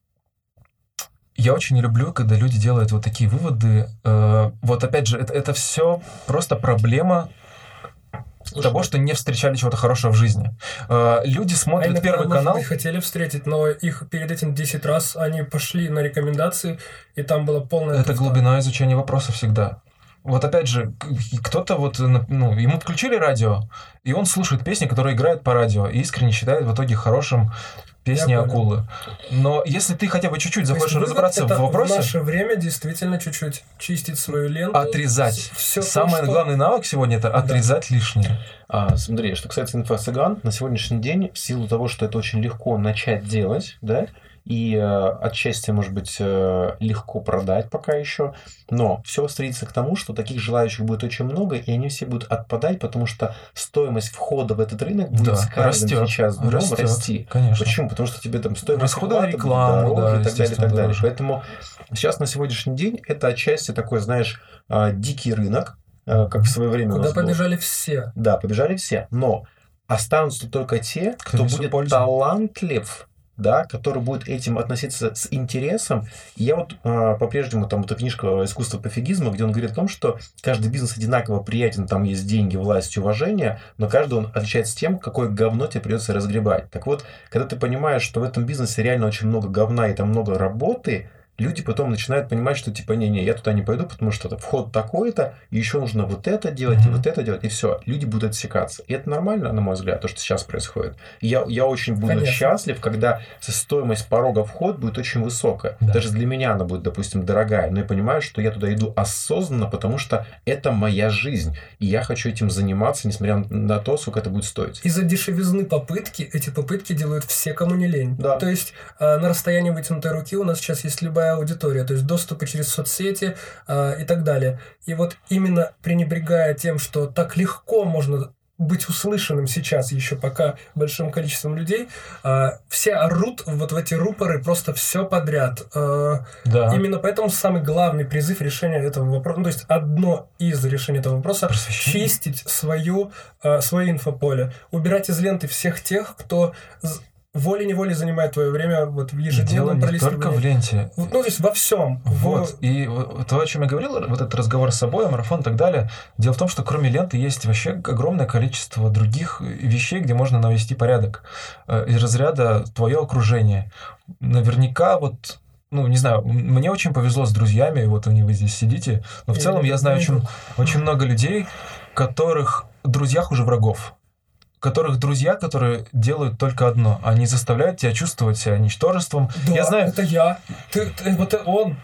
я очень не люблю, когда люди делают вот такие выводы. Э, вот опять же, это, это все просто проблема Слушай, того, что не встречали чего-то хорошего в жизни. Э, люди смотрят а Первый может канал. Быть, хотели встретить, но их перед этим десять раз они пошли на рекомендации, и там было полное... Это глубина изучения вопроса всегда. Вот опять же, кто-то вот, ну, ему включили радио, и он слушает песни, которые играют по радио, и искренне считает в итоге хорошим песни акулы. Но если ты хотя бы чуть-чуть захочешь разобраться в вопросе... в наше время действительно чуть-чуть чистить свою ленту. Отрезать. Все Самый то, главный что... навык сегодня — это отрезать да. лишнее. А, смотри, что касается инфо-цыган, на сегодняшний день, в силу того, что это очень легко начать делать, да, и э, отчасти, может быть, э, легко продать пока еще, но все стремится к тому, что таких желающих будет очень много, и они все будут отпадать, потому что стоимость входа в этот рынок будет да, с каждым растет, сейчас днем растет, расти. Конечно. Почему? Потому что тебе там стоимость расходы на рекламу, да, и так далее, и так далее. Дороже. Поэтому сейчас на сегодняшний день это отчасти такой, знаешь, э, дикий рынок, э, как в свое время. Куда побежали был. все. Да, побежали все, но останутся только те, кто, кто будет пользу. талантлив, да, который будет этим относиться с интересом. И я вот э, по-прежнему, там, эта книжка «Искусство пофигизма», где он говорит о том, что каждый бизнес одинаково приятен, там есть деньги, власть, уважение, но каждый он отличается тем, какое говно тебе придется разгребать. Так вот, когда ты понимаешь, что в этом бизнесе реально очень много говна и там много работы, люди потом начинают понимать, что типа, не-не, я туда не пойду, потому что это вход такой-то, и еще нужно вот это делать, mm-hmm. и вот это делать, и все. Люди будут отсекаться. И это нормально, на мой взгляд, то, что сейчас происходит. И я, я очень буду Конечно. счастлив, когда стоимость порога вход будет очень высокая. Да. Даже для меня она будет, допустим, дорогая, но я понимаю, что я туда иду осознанно, потому что это моя жизнь, и я хочу этим заниматься, несмотря на то, сколько это будет стоить. Из-за дешевизны попытки, эти попытки делают все, кому не лень. Да. То есть э, на расстоянии вытянутой руки у нас сейчас есть любая аудитория, то есть доступы через соцсети э, и так далее. И вот именно пренебрегая тем, что так легко можно быть услышанным сейчас еще пока большим количеством людей, э, все орут вот в эти рупоры просто все подряд. Э, да. Именно поэтому самый главный призыв решения этого вопроса, ну, то есть одно из решений этого вопроса — чистить свою, э, свое инфополе, убирать из ленты всех тех, кто волей-неволей занимает твое время вот в ежедневном пролистывании. Дело не только в ленте. Вот, ну, то есть во всем. Вот. В... И то, о чем я говорил, вот этот разговор с собой, марафон и так далее. Дело в том, что кроме ленты есть вообще огромное количество других вещей, где можно навести порядок. Из разряда твое окружение. Наверняка вот... Ну, не знаю, мне очень повезло с друзьями, вот вы здесь сидите, но в и целом я знаю очень, очень много людей, которых друзьях уже врагов. Которых друзья, которые делают только одно. Они заставляют тебя чувствовать себя ничтожеством. Да, я знаю... это я. Ты, ты, вот он.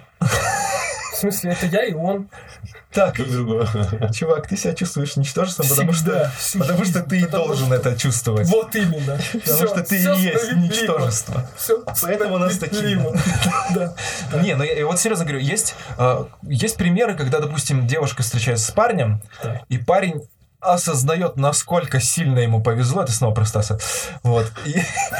В смысле, это я и он. Так, чувак, ты себя чувствуешь ничтожеством, потому что, потому что ты и должен что... это чувствовать. Вот именно. Потому все, что ты и есть ничтожество. Все Поэтому у нас такие. Да. Не, ну я вот серьезно говорю, есть, есть примеры, когда, допустим, девушка встречается с парнем, и парень осознает, насколько сильно ему повезло, это снова про Стаса, вот, и,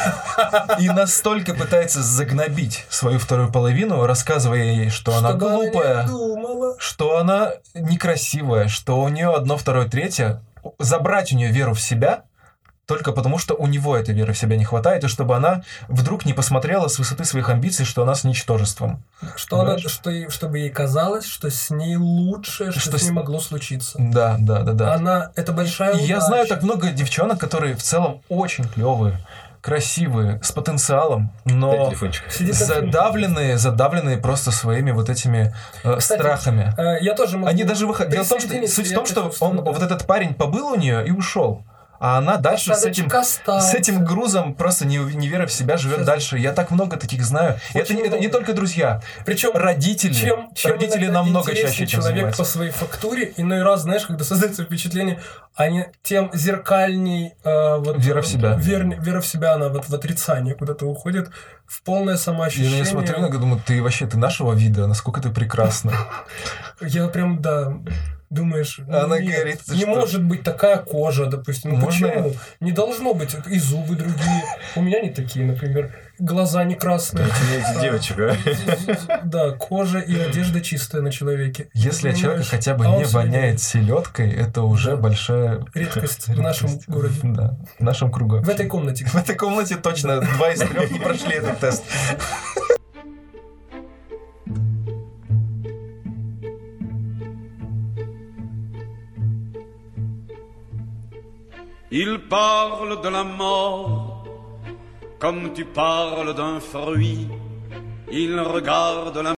и настолько пытается загнобить свою вторую половину, рассказывая ей, что, что она глупая, что она некрасивая, что у нее одно, второе, третье, забрать у нее веру в себя, только потому, что у него этой веры в себя не хватает, и чтобы она вдруг не посмотрела с высоты своих амбиций, что она с ничтожеством. Что она, что, ей- чтобы ей казалось, что с ней лучшее, что, Что с ней с- могло случиться. Да, да, да, да. Она, это большая И я удача. знаю так много девчонок, которые в целом очень клевые, красивые, с потенциалом, Дай но телефончик. Сидит на фильме. задавленные, задавленные просто своими вот этими э, Кстати, страхами. Э, Я тоже могу Они даже выходят. Дело в том, что присоединиться, суть в я том, что чувствую, он, да. вот этот парень побыл у нее и ушел. А она дальше с этим, Остаточек остался. с этим грузом просто не, не веря в себя живет Сейчас. дальше. Я так много таких знаю. И это, Очень не- это не много. только друзья. Причем Родители. чем, чем Родители иногда намного интереснее чаще этим человек занимаются. по своей фактуре, иной раз, знаешь, когда создается впечатление, они тем зеркальней э, вот, Вера в себя. вер- вера в себя, она вот в отрицание куда-то уходит, в полное Я самоощущение. на нее смотрю, иногда думаю, ты вообще ты нашего вида, насколько ты прекрасна. Я прям, да, думаешь, ну Она нет, говорит, ты не что? может быть такая кожа, допустим. Ну Можно я? почему? Не должно быть. И зубы другие. У меня не такие, например. Глаза не красные. Эти девочек, а? Да, кожа и одежда чистая на человеке. Если от человека Понимаешь? хотя бы А он не себе воняет селедкой, это уже Да. большая редкость в нашем редкость. городе. Да, в нашем кругу. В этой комнате. В этой комнате точно два из трех не прошли этот тест. Il parle de la mort comme tu parles d'un fruit. Il regarde la